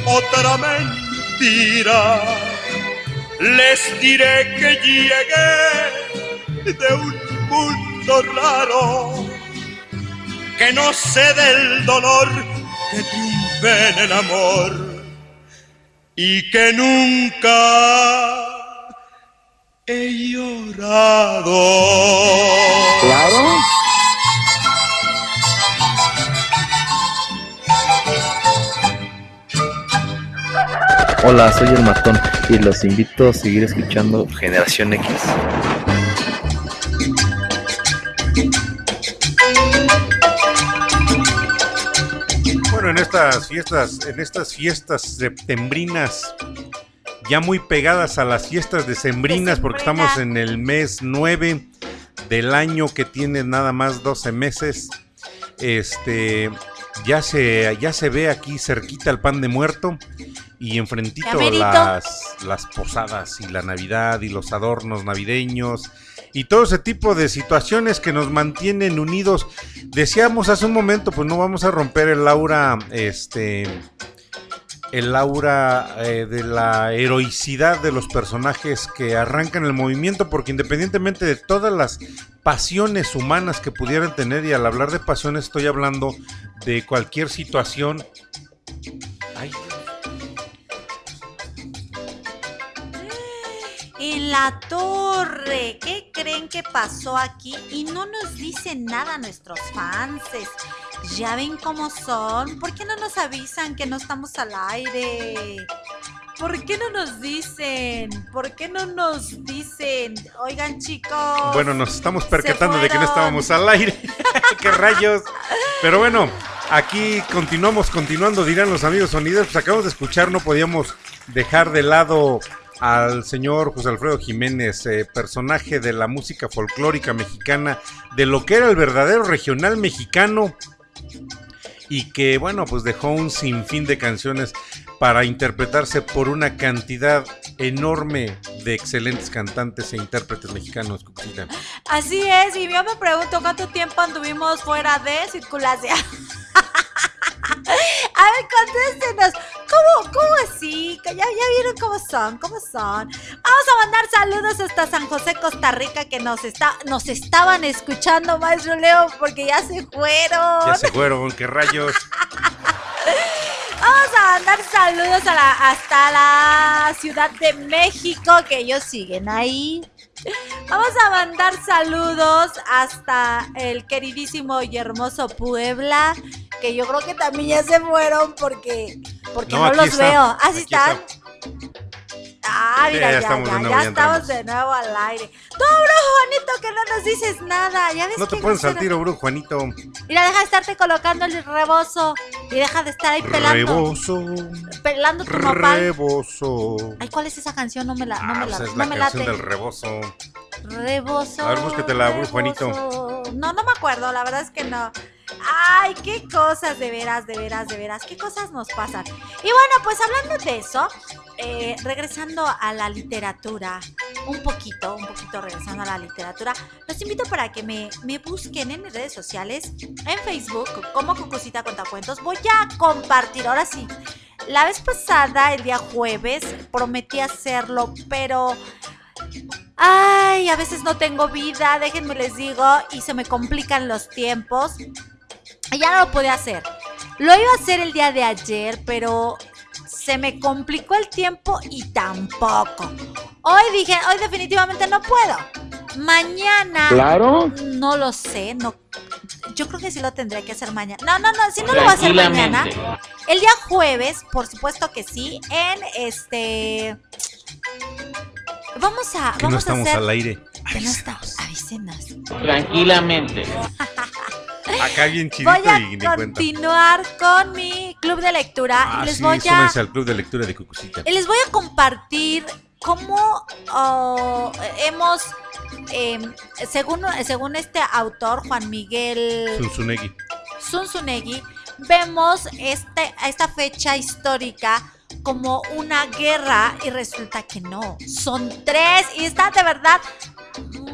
E: otra mentira. Les diré que llegué de un mundo raro, que no sé del dolor que triunfe en el amor y que nunca he llorado.
F: Claro.
G: Hola, soy el Matón y los invito a seguir escuchando Generación X.
D: Bueno, en estas fiestas septembrinas, ya muy pegadas a las fiestas decembrinas, porque estamos en el mes 9 del año, que tiene nada más 12 meses. Ya se ve aquí cerquita el pan de muerto y enfrentito las posadas y la Navidad y los adornos navideños y todo ese tipo de situaciones que nos mantienen unidos. Decíamos hace un momento, pues no vamos a romper el aura de la heroicidad de los personajes que arrancan el movimiento, porque independientemente de todas las pasiones humanas que pudieran tener, y al hablar de pasiones estoy hablando de cualquier situación. Ay.
C: En la torre, ¿qué creen que pasó aquí? Y no nos dicen nada nuestros fanses. Ya ven cómo son. ¿Por qué no nos avisan que no estamos al aire? ¿Por qué no nos dicen? ¿Por qué no nos dicen? Oigan, chicos.
D: Bueno, nos estamos percatando de que no estábamos al aire. ¡Qué rayos! Pero bueno, aquí continuando, dirán los amigos sonideros. Pues acabamos de escuchar, no podíamos dejar de lado al señor José Alfredo Jiménez, personaje de la música folclórica mexicana, de lo que era el verdadero regional mexicano, y que, bueno, pues dejó un sinfín de canciones para interpretarse por una cantidad enorme de excelentes cantantes e intérpretes mexicanos. Cucucita.
C: Así es, y yo me pregunto cuánto tiempo anduvimos fuera de circulación. A ver, contéstenos, ¿cómo así? Ya vieron cómo son. Vamos a mandar saludos hasta San José, Costa Rica, que nos estaban escuchando, maestro Leo, porque ya se fueron.
D: ¿Qué rayos?
C: Vamos a mandar saludos hasta la Ciudad de México, que ellos siguen ahí. Vamos a mandar saludos hasta el queridísimo y hermoso Puebla, que yo creo que también ya se fueron porque no los veo. ¿Así están? Ah, mira, ya estamos de nuevo al aire. Tú, Brujo Juanito, que no nos dices nada. ¿Ya ves?
D: No te pones al tiro, Brujo Juanito.
C: Mira, deja de estarte colocando el rebozo y deja de estar ahí pelando tu nopal.
D: Rebozo.
C: Ay, ¿cuál es esa canción? No me la
D: Es la canción del rebozo.
C: Rebozo.
D: A ver, búsquetela, Brujo Juanito.
C: No me acuerdo, la verdad es que no. Ay, qué cosas, de veras, qué cosas nos pasan. Y bueno, pues hablando de eso, regresando a la literatura, un poquito regresando a la literatura, los invito para que me busquen en mis redes sociales, en Facebook, como Cucucita Cuentacuentos. Voy a compartir, ahora sí, la vez pasada, el día jueves, prometí hacerlo, pero... ay, a veces no tengo vida, déjenme les digo, y se me complican los tiempos. Ya no lo pude hacer. Lo iba a hacer el día de ayer, pero se me complicó el tiempo y tampoco. Hoy dije, hoy definitivamente no puedo. Mañana.
F: Claro.
C: No lo sé, no. Yo creo que sí lo tendré que hacer mañana. No, si no lo voy a hacer mañana. El día jueves, por supuesto que sí, Vamos a
D: no estamos
C: hacer...
D: al aire.
C: Que no estamos, avísenos.
H: Tranquilamente.
D: Acá bien chidito
C: voy a
D: y ni cuenta.
C: continuar con mi club de lectura y les voy a...
D: súmense al club de lectura de Cucucita.
C: Y les voy a compartir cómo hemos, según este autor, Juan Miguel Zunzunegui, vemos esta fecha histórica como una guerra y resulta que no, son 3 y está de verdad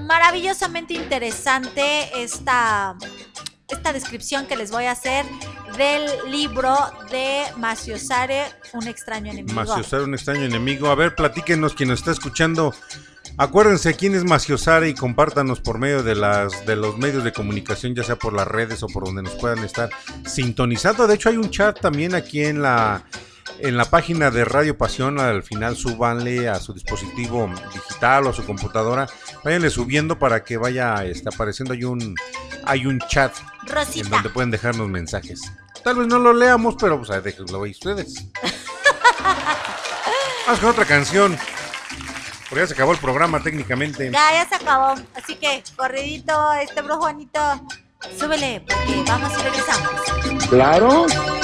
C: maravillosamente interesante esta descripción que les voy a hacer del libro de Maciosare, un extraño enemigo.
D: Maciosare, un extraño enemigo. A ver, platíquenos, quien nos está escuchando. Acuérdense quién es Maciosare y compártanos por medio de los medios de comunicación, ya sea por las redes o por donde nos puedan estar sintonizando. De hecho, hay un chat también aquí en la página de Radio Pasión. Al final súbanle a su dispositivo digital o a su computadora. Váyanle subiendo para que vaya apareciendo. Hay un chat
C: Rosita,
D: en donde pueden dejarnos mensajes. Tal vez no lo leamos, pero pues déjenlo ahí ustedes. Vamos con otra canción. Porque ya se acabó el programa técnicamente.
C: ya se acabó. Así que, corridito, brujo Juanito, súbele, porque vamos y regresamos.
F: Claro.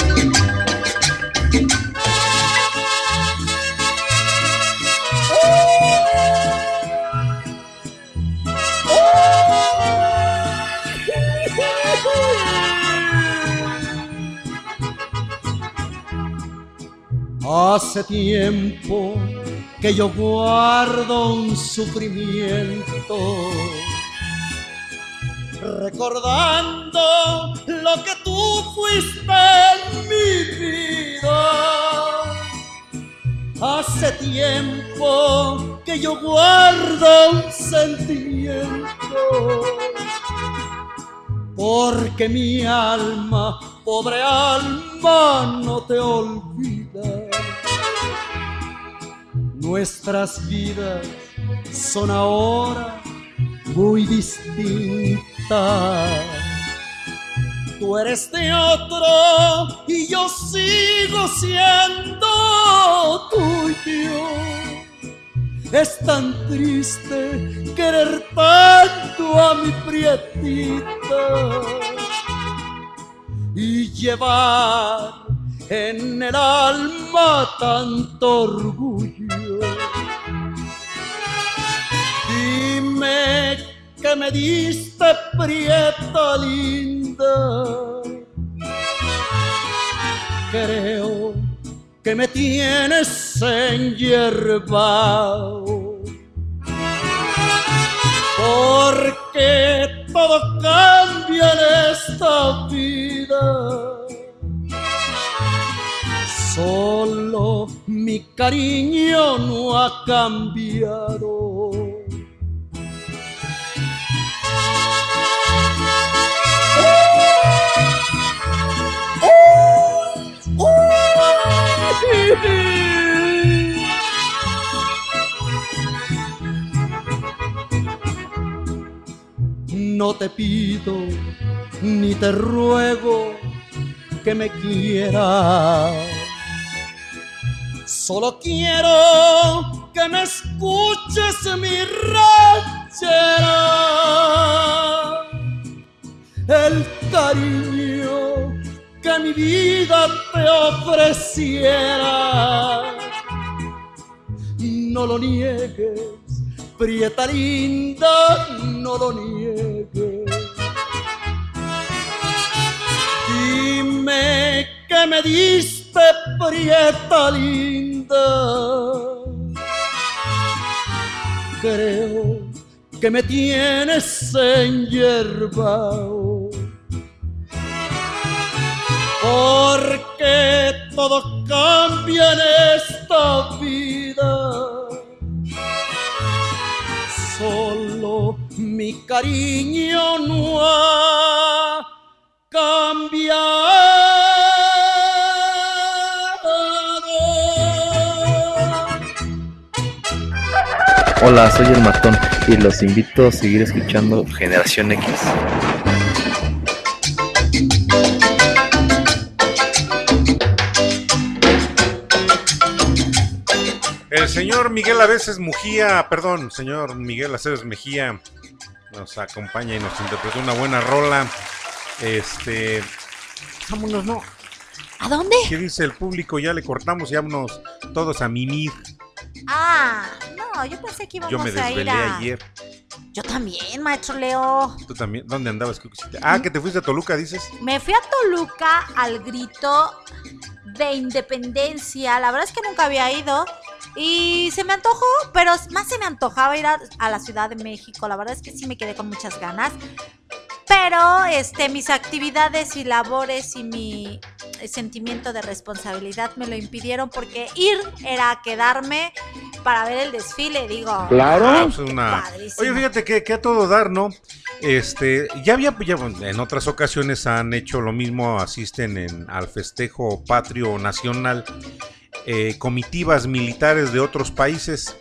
E: Hace tiempo que yo guardo un sufrimiento, recordando lo que tú fuiste en mi vida. Hace tiempo que yo guardo un sentimiento, porque mi alma, pobre alma, no te olvida. Nuestras vidas son ahora muy distintas. Tú eres de otro y yo sigo siendo tuyo. Es tan triste querer tanto a mi prietita y llevar en el alma tanto orgullo. Dime que me diste, prieta linda. Creo que me tienes enyerbao, porque todo cambia en esta vida. Solo mi cariño no ha cambiado. No te pido ni te ruego que me quieras. Solo quiero que me escuches mi ranchera. El cariño que mi vida te ofreciera. No lo niegues, prieta linda, no lo niegues. Dime que me diste, prieta linda. Creo que me tienes enyerbao, porque todo cambia en esta vida. Solo mi cariño no ha cambiado.
G: Hola, soy el Matón y los invito a seguir escuchando Generación X.
D: El señor Miguel Aceves Mejía nos acompaña y nos interpretó una buena rola. Vámonos, ¿no?
C: ¿A dónde?
D: ¿Qué dice el público? Ya le cortamos y vámonos todos a mimir.
C: No, yo pensé que íbamos
D: Yo me
C: a ir
D: desvelé ayer.
C: Yo también, maestro Leo.
D: ¿Tú también? ¿Dónde andabas? Que te fuiste a Toluca, dices.
C: Me fui a Toluca al grito de independencia. La verdad es que nunca había ido. Y se me antojó, pero más se me antojaba ir a la Ciudad de México. La verdad es que sí me quedé con muchas ganas. pero mis actividades y labores y mi sentimiento de responsabilidad me lo impidieron, porque ir era quedarme para ver el desfile, digo.
F: Claro.
D: Pues
C: Padrísimo.
D: Oye, fíjate que a todo dar, ¿no? Ya en otras ocasiones han hecho lo mismo, asisten al festejo patrio nacional comitivas militares de otros países.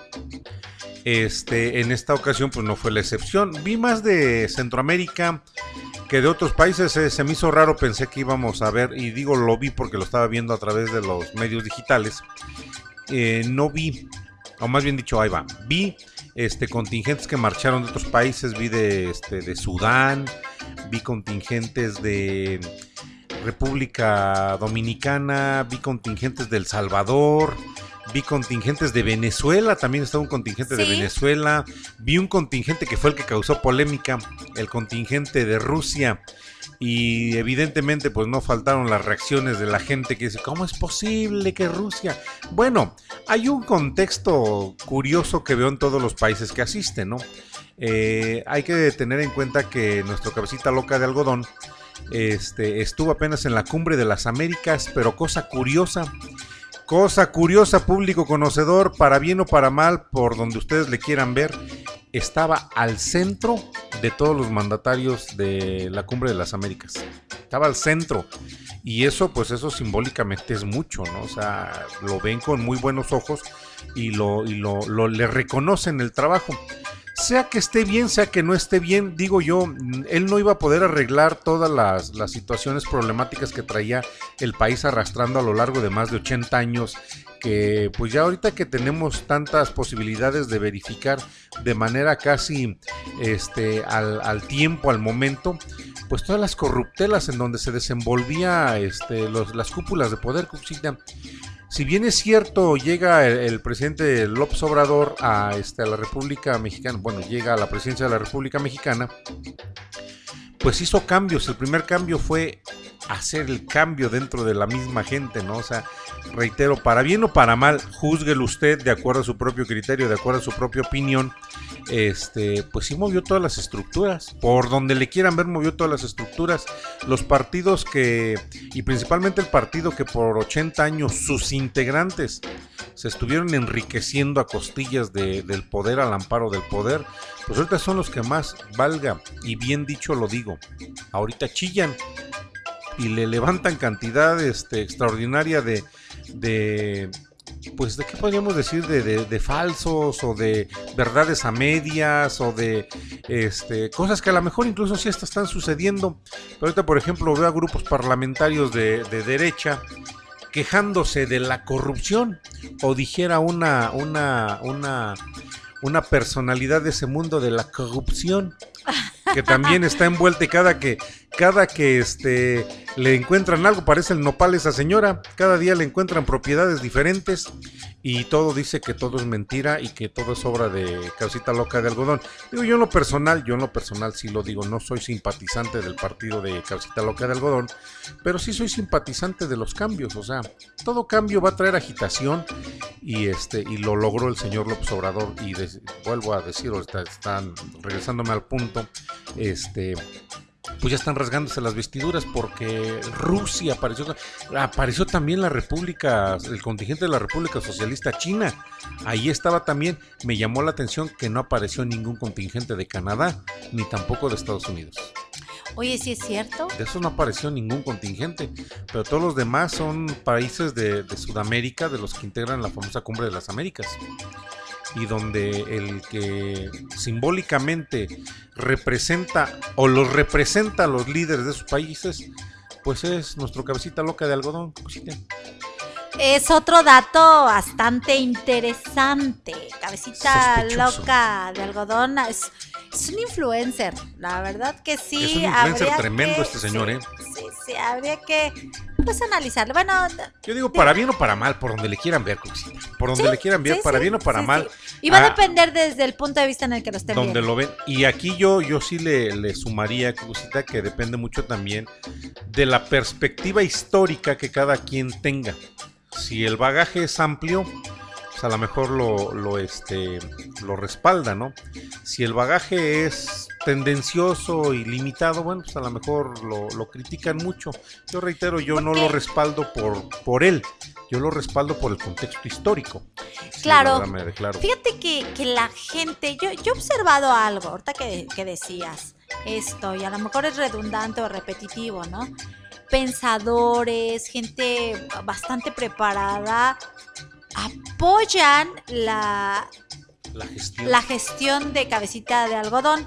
D: En esta ocasión pues no fue la excepción. Vi más de Centroamérica que de otros países. Se me hizo raro, pensé que íbamos a ver, y digo lo vi porque lo estaba viendo a través de los medios digitales. No vi, o más bien dicho, ahí va, vi contingentes que marcharon de otros países. Vi de Sudán, vi contingentes de República Dominicana, vi contingentes de El Salvador, vi contingentes de Venezuela, también estaba un contingente de Venezuela, vi un contingente que fue el que causó polémica, el contingente de Rusia, y evidentemente pues no faltaron las reacciones de la gente que dice, ¿cómo es posible que Rusia? Bueno, hay un contexto curioso que veo en todos los países que asisten, ¿no? Hay que tener en cuenta que nuestro cabecita loca de algodón estuvo apenas en la Cumbre de las Américas, pero cosa curiosa, público conocedor, para bien o para mal, por donde ustedes le quieran ver, estaba al centro de todos los mandatarios de la Cumbre de las Américas. Estaba al centro. Y eso, pues eso simbólicamente es mucho, ¿no? O sea, lo ven con muy buenos ojos y le reconocen el trabajo. Sea que esté bien, sea que no esté bien, digo yo, él no iba a poder arreglar todas las situaciones problemáticas que traía el país arrastrando a lo largo de más de 80 años, que pues ya ahorita que tenemos tantas posibilidades de verificar de manera casi al tiempo, al momento, pues todas las corruptelas en donde se desenvolvía las cúpulas de poder, si bien es cierto, llega el presidente López Obrador a la República Mexicana, bueno, llega a la presidencia de la República Mexicana, pues hizo cambios. El primer cambio fue hacer el cambio dentro de la misma gente, ¿no? O sea, reitero, para bien o para mal, júzguelo usted de acuerdo a su propio criterio, de acuerdo a su propia opinión. Pues sí movió todas las estructuras, por donde le quieran ver movió todas las estructuras, los partidos y principalmente el partido que por 80 años sus integrantes se estuvieron enriqueciendo a costillas del poder, al amparo del poder, pues ahorita son los que más, valga y bien dicho lo digo, ahorita chillan y le levantan cantidad extraordinaria pues de qué podríamos decir, de falsos o de verdades a medias o de cosas que a lo mejor incluso sí están sucediendo. Pero ahorita, por ejemplo, veo a grupos parlamentarios de derecha quejándose de la corrupción, o dijera una personalidad de ese mundo, de la corrupción, que también está envuelta, y cada que le encuentran algo, parece el nopal esa señora, cada día le encuentran propiedades diferentes y todo dice que todo es mentira y que todo es obra de cabecita loca de algodón. Digo, yo en lo personal sí lo digo, no soy simpatizante del partido de cabecita loca de algodón, pero sí soy simpatizante de los cambios. O sea, todo cambio va a traer agitación y lo logró el señor López Obrador, y vuelvo a decir, están regresándome al punto, pues ya están rasgándose las vestiduras porque Rusia apareció también el contingente de la República Socialista China. Ahí estaba también. Me llamó la atención que no apareció ningún contingente de Canadá ni tampoco de Estados Unidos.
C: Oye, ¿sí es cierto?
D: De eso no apareció ningún contingente, pero todos los demás son países de Sudamérica, de los que integran la famosa Cumbre de las Américas, y donde el que simbólicamente representa los líderes de sus países, pues es nuestro cabecita loca de algodón.
C: Es otro dato bastante interesante. Cabecita
D: Sospechoso.
C: Loca de algodón es un influencer, la verdad que sí.
D: Es un influencer tremendo este señor,
C: Sí, habría que analizarlo. Bueno,
D: yo digo, para bien o para mal, por donde le quieran ver, Cuxita. Por donde le quieran ver, para bien o para mal.
C: Sí. Y va a depender desde el punto de vista en el que lo estén
D: donde
C: viendo.
D: Lo ven. Y aquí yo sí le sumaría, Cuxita, que depende mucho también de la perspectiva histórica que cada quien tenga. Si el bagaje es amplio, pues a lo mejor lo respalda, ¿no? Si el bagaje es tendencioso y limitado, bueno, pues a lo mejor lo critican mucho. Yo reitero, yo no lo respaldo por él, yo lo respaldo por el contexto histórico.
C: Claro,
D: sí, me declaro.
C: Fíjate que la gente, yo he observado algo, ahorita que decías esto, y a lo mejor es redundante o repetitivo, ¿no? Pensadores, gente bastante preparada, apoyan la gestión de Cabecita de Algodón.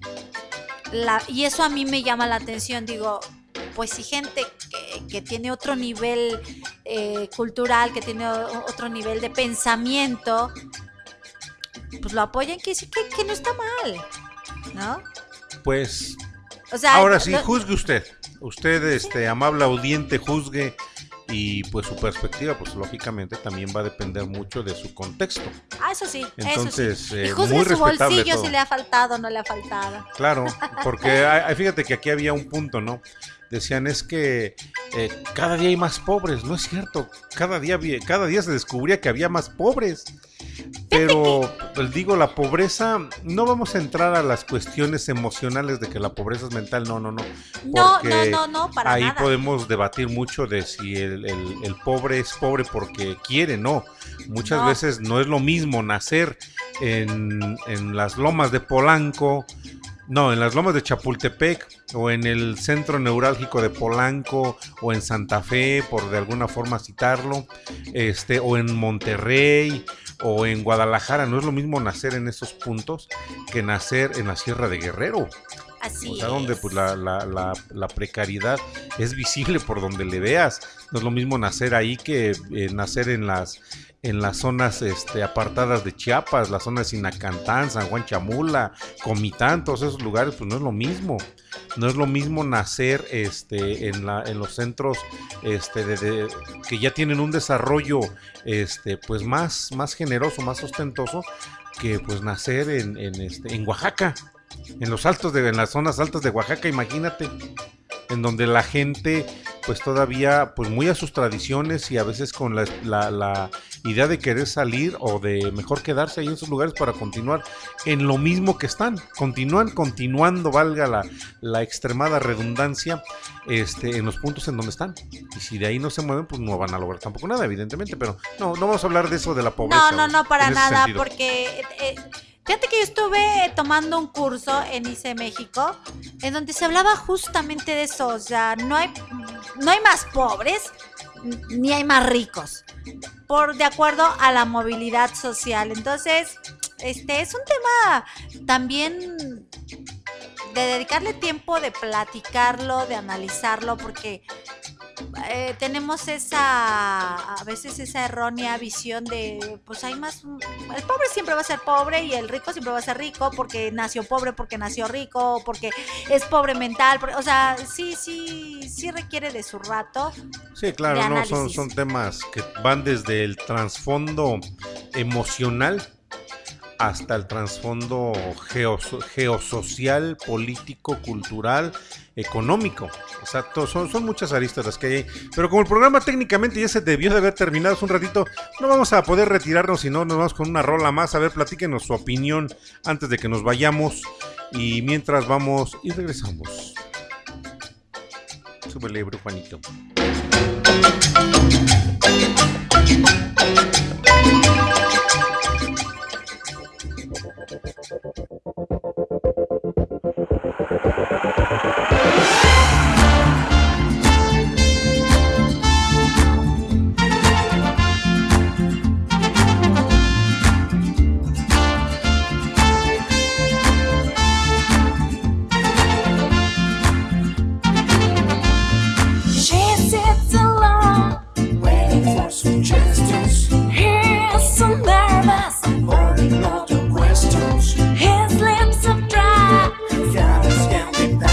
C: Y eso a mí me llama la atención, digo, pues si gente que tiene otro nivel cultural, que tiene otro nivel de pensamiento, pues lo apoyan, quiere decir que no está mal, ¿no?
D: Pues,
C: o sea,
D: ahora sí, juzgue usted, amable audiente, juzgue. Y pues su perspectiva, pues lógicamente también va a depender mucho de su contexto.
C: Eso sí,
D: entonces,
C: eso sí. Y juzgue
D: muy
C: su
D: respetable
C: bolsillo
D: todo.
C: si le ha faltado o no le ha faltado.
D: Claro, porque fíjate que aquí había un punto, ¿no? Decían, es que cada día hay más pobres. No es cierto, cada día se descubría que había más pobres. Pero, pues digo, la pobreza, no vamos a entrar a las cuestiones emocionales de que la pobreza es mental, no, porque
C: no, para
D: ahí
C: nada.
D: Podemos debatir mucho de si el pobre es pobre porque quiere, no. Muchas veces no es lo mismo nacer en las lomas de Polanco, en las lomas de Chapultepec, o en el centro neurálgico de Polanco, o en Santa Fe, por de alguna forma citarlo, o en Monterrey, o en Guadalajara. No es lo mismo nacer en esos puntos que nacer en la Sierra de Guerrero.
C: Así
D: o sea, donde pues la precariedad es visible por donde le veas. No es lo mismo nacer ahí que nacer en las zonas apartadas de Chiapas, las zonas de Sinacantán, San Juan Chamula, Comitán, todos esos lugares, pues no es lo mismo. No es lo mismo nacer en los centros que ya tienen un desarrollo pues más generoso, más ostentoso, que pues nacer en Oaxaca, en las zonas altas de Oaxaca, imagínate, en donde la gente pues todavía pues muy a sus tradiciones y a veces con la idea de querer salir o de mejor quedarse ahí en esos lugares para continuar en lo mismo que están, continuando, valga la extremada redundancia, en los puntos en donde están. Y si de ahí no se mueven, pues no van a lograr tampoco nada, evidentemente, pero no vamos a hablar de eso, de la pobreza.
C: No, para nada,
D: sentido.
C: Porque fíjate que yo estuve tomando un curso en ICE México en donde se hablaba justamente de eso. O sea, no hay más pobres ni hay más ricos, de acuerdo a la movilidad social. Entonces, es un tema también de dedicarle tiempo, de platicarlo, de analizarlo, porque tenemos a veces esa errónea visión de, pues hay más, el pobre siempre va a ser pobre y el rico siempre va a ser rico porque nació pobre, porque nació rico, porque es pobre mental, o sea, sí requiere de su rato.
D: Sí, claro, son temas que van desde el trasfondo emocional hasta el trasfondo geosocial, político, cultural, económico. O sea, son muchas aristas las que hay ahí. Pero como el programa técnicamente ya se debió de haber terminado hace un ratito, no vamos a poder retirarnos, sino nos vamos con una rola más. A ver, platíquenos su opinión antes de que nos vayamos. Y mientras vamos y regresamos. Súbele, bro, Juanito.
B: His lips are dry.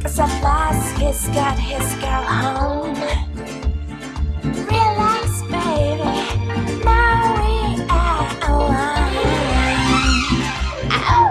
B: 'cause at last he's got his girl home. Relax, baby, now we are alone. Ow.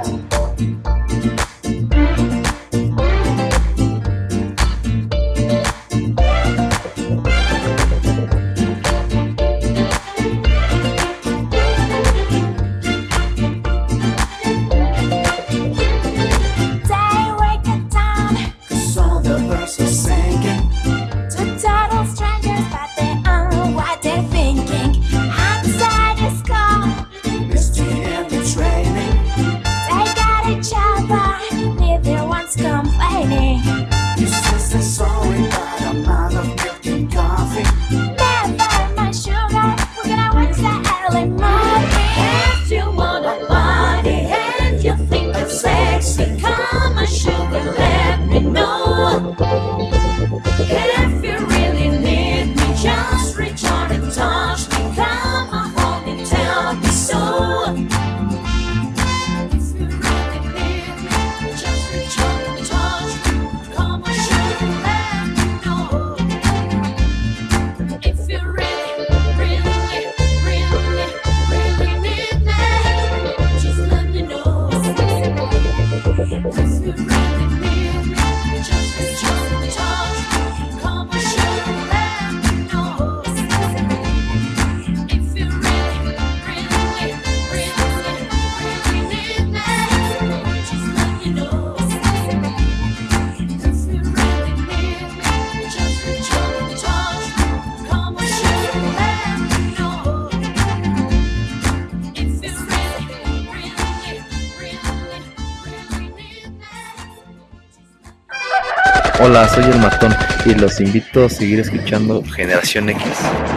G: Hola, soy el Matón y los invito a seguir escuchando Generación X.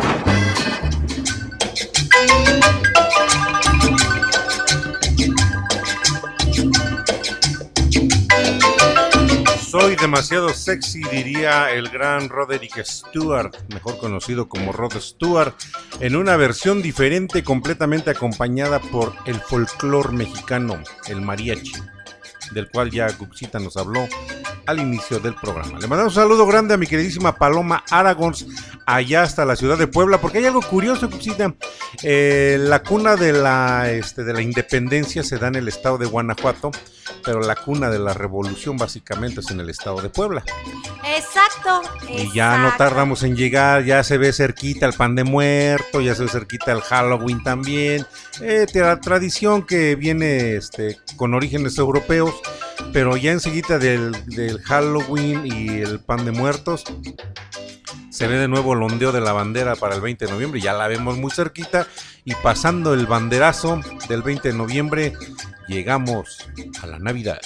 D: Soy demasiado sexy, diría el gran Roderick Stewart, mejor conocido como Rod Stewart, en una versión diferente, completamente acompañada por el folclore mexicano, el mariachi, del cual ya Guxita nos habló al inicio del programa. Le mandamos un saludo grande a mi queridísima Paloma Aragons, allá hasta la ciudad de Puebla, porque hay algo curioso, Guxita. La cuna de la independencia se da en el estado de Guanajuato, pero la cuna de la revolución básicamente es en el estado de Puebla.
C: Exacto.
D: Y ya no tardamos en llegar, ya se ve cerquita el pan de muerto, ya se ve cerquita el Halloween también. La tradición que viene con orígenes europeos, pero ya enseguida del Halloween y el pan de muertos se ve de nuevo el ondeo de la bandera para el 20 de noviembre, ya la vemos muy cerquita, y pasando el banderazo del 20 de noviembre llegamos a la Navidad.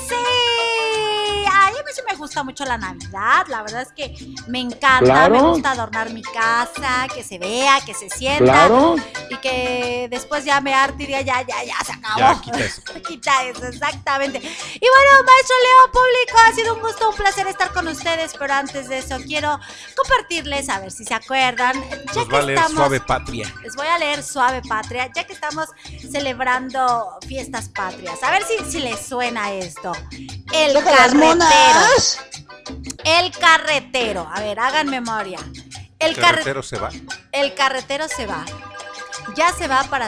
C: A mí sí me gusta mucho la Navidad, la verdad es que me encanta,
F: Claro.
C: Me gusta adornar mi casa, que se vea, que se sienta,
F: Claro.
C: y que después ya me harte y diga ya se acabó.
D: Ya, quita eso.
C: Quita eso, exactamente. Y bueno, maestro Leo, público, ha sido un gusto, un placer estar con ustedes, pero antes de eso quiero compartirles, a ver si se acuerdan, ya
D: Nos
C: que
D: va a leer
C: estamos...
D: Suave Patria.
C: Les voy a leer Suave Patria, ya que estamos celebrando fiestas patrias. A ver si les suena esto. El carretero. El carretero. A ver, hagan memoria.
D: El carretero se va.
C: El carretero se va. Ya se va para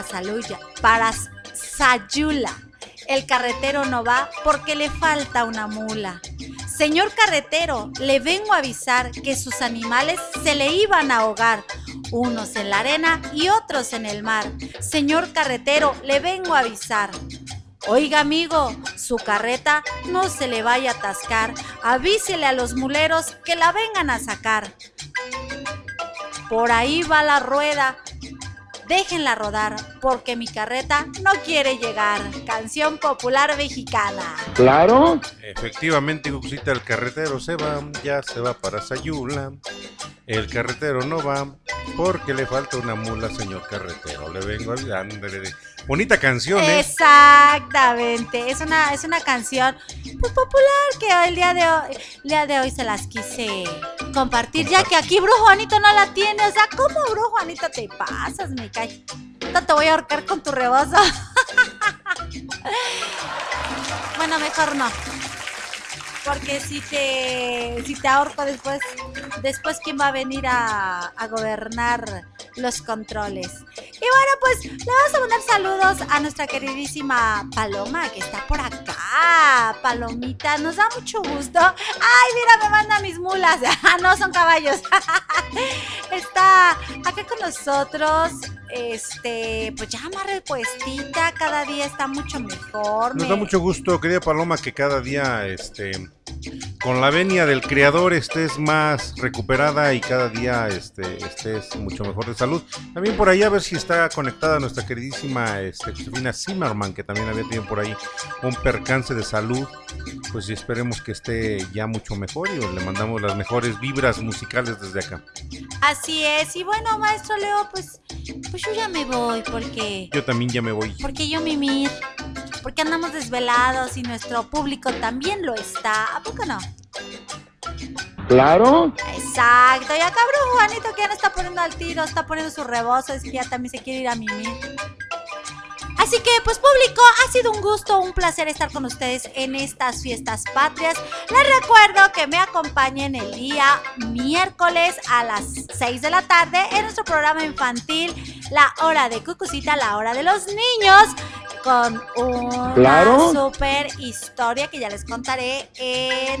C: Sayula. El carretero no va porque le falta una mula. Señor carretero, le vengo a avisar que sus animales se le iban a ahogar, unos en la arena y otros en el mar. Señor carretero, le vengo a avisar. Oiga amigo, su carreta no se le vaya a atascar, avísele a los muleros que la vengan a sacar. Por ahí va la rueda, déjenla rodar, porque mi carreta no quiere llegar. Canción popular mexicana.
F: Claro.
D: Efectivamente, Guxita, el carretero se va, ya se va para Sayula. El carretero no va porque le falta una mula, señor carretero. Le vengo avisando. Bonita canción, ¿eh?
C: Exactamente, es una canción pues, popular que el día de hoy se las quise compartir, ya que aquí Brujo Juanito no la tiene. O sea, ¿cómo, Brujo Juanito, te pasas, me cae? No te voy a ahorcar con tu rebozo. Bueno, mejor no. porque si te ahorco después quién va a venir a gobernar los controles. Y bueno, pues le vamos a mandar saludos a nuestra queridísima Paloma, que está por acá. Palomita, nos da mucho gusto. Ay, mira, me manda mis mulas. No, son caballos. Está acá con nosotros. Pues ya más repuestita, cada día está mucho mejor.
D: Nos da mucho gusto, querida Paloma, que cada día con la venia del creador estés más recuperada y cada día estés mucho mejor de salud. También por ahí a ver si está conectada nuestra queridísima Josefina Zimmerman, que también había tenido por ahí un percance de salud. Pues sí, esperemos que esté ya mucho mejor y le mandamos las mejores vibras musicales desde acá.
C: Así es, y bueno, maestro Leo, pues yo ya me voy porque...
D: Yo también ya me voy.
C: Porque yo mimir, porque andamos desvelados y nuestro público también lo está, ¿a poco no?
F: Claro.
C: Exacto, y acá Brujo Juanito que ya no está poniendo al tiro, está poniendo su rebozo, es que ya también se quiere ir a mimir. Así que, pues público, ha sido un gusto, un placer estar con ustedes en estas fiestas patrias. Les recuerdo que me acompañen el día miércoles a las 6 de la tarde en nuestro programa infantil, La Hora de Cucucita, la hora de los niños, con una super historia que ya les contaré en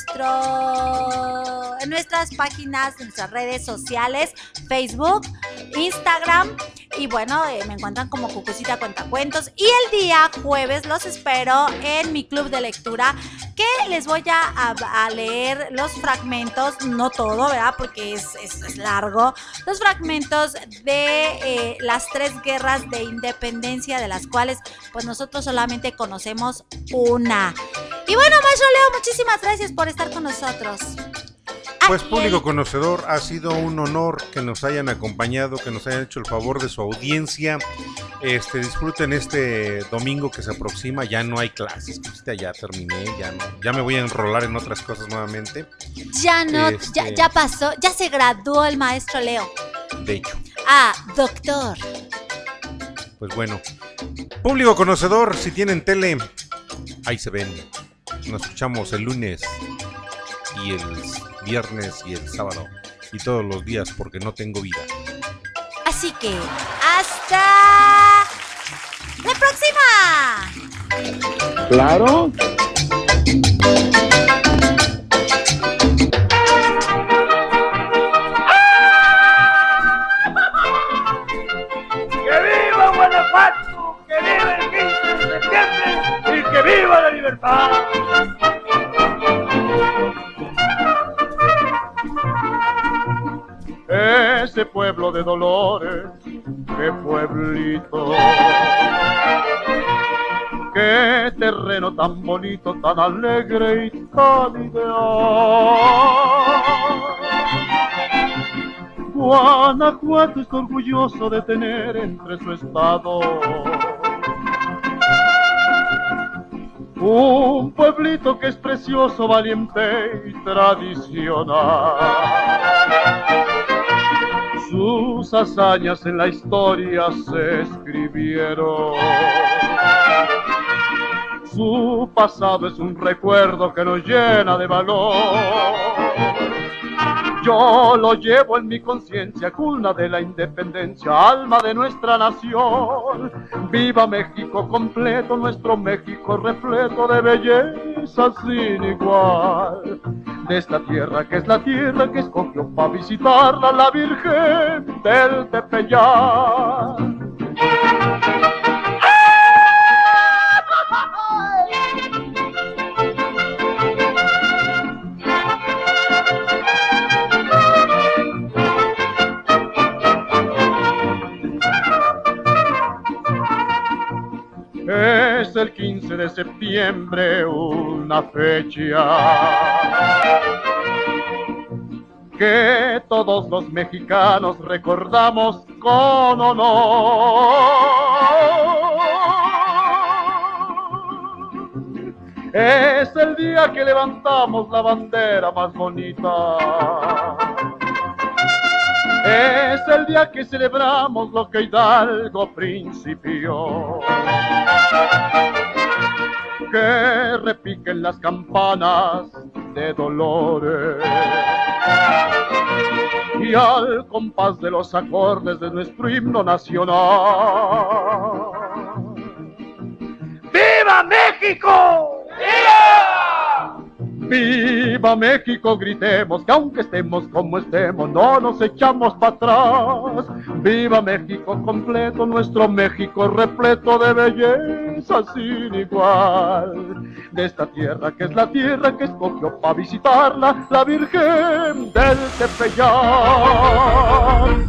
C: nuestras páginas, en nuestras redes sociales, Facebook, Instagram. Y bueno, me encuentran como Cucucita Cuentacuentos. Y el día jueves los espero en mi club de lectura, que les voy a leer los fragmentos, no todo, ¿verdad? Porque es largo. Los fragmentos de las 3 guerras de independencia, de las cuales pues nosotros solamente conocemos una. Y bueno, maestro Leo, muchísimas gracias por estar con nosotros.
D: Pues público conocedor, ha sido un honor que nos hayan acompañado, que nos hayan hecho el favor de su audiencia. Disfruten este domingo que se aproxima, ya no hay clases, ya terminé, ya me voy a enrolar en otras cosas nuevamente.
C: Ya no, ya pasó, ya se graduó el maestro Leo.
D: De hecho.
C: Doctor.
D: Pues bueno, público conocedor, si tienen tele, ahí se ven. Nos escuchamos el lunes y el viernes y el sábado y todos los días porque no tengo vida.
C: Así que hasta la próxima.
F: Claro.
E: ¡Que viva Guanajuato! ¡Que viva el 15 de septiembre! ¡Y que viva la libertad! Ese pueblo de Dolores, qué pueblito, qué terreno tan bonito, tan alegre y tan ideal. Guanajuato es orgulloso de tener entre su estado un pueblito que es precioso, valiente y tradicional. Sus hazañas en la historia se escribieron. Su pasado es un recuerdo que nos llena de valor. Yo lo llevo en mi conciencia, cuna de la independencia, alma de nuestra nación. Viva México completo, nuestro México repleto de belleza sin igual. De esta tierra que es la tierra que escogió para visitarla la Virgen del Tepeyac. Es el 15 de septiembre, una fecha que todos los mexicanos recordamos con honor. Es el día que levantamos la bandera más bonita. Es el día que celebramos lo que Hidalgo principió.
H: que repiquen las campanas de dolores. Y al compás de los acordes de nuestro himno nacional. ¡Viva México! ¡Viva! ¡Viva México! Gritemos que aunque estemos como estemos, no nos echamos para atrás. ¡Viva México completo! Nuestro México repleto de belleza sin igual. De esta tierra que es la tierra que escogió para visitarla la Virgen del Tepeyac.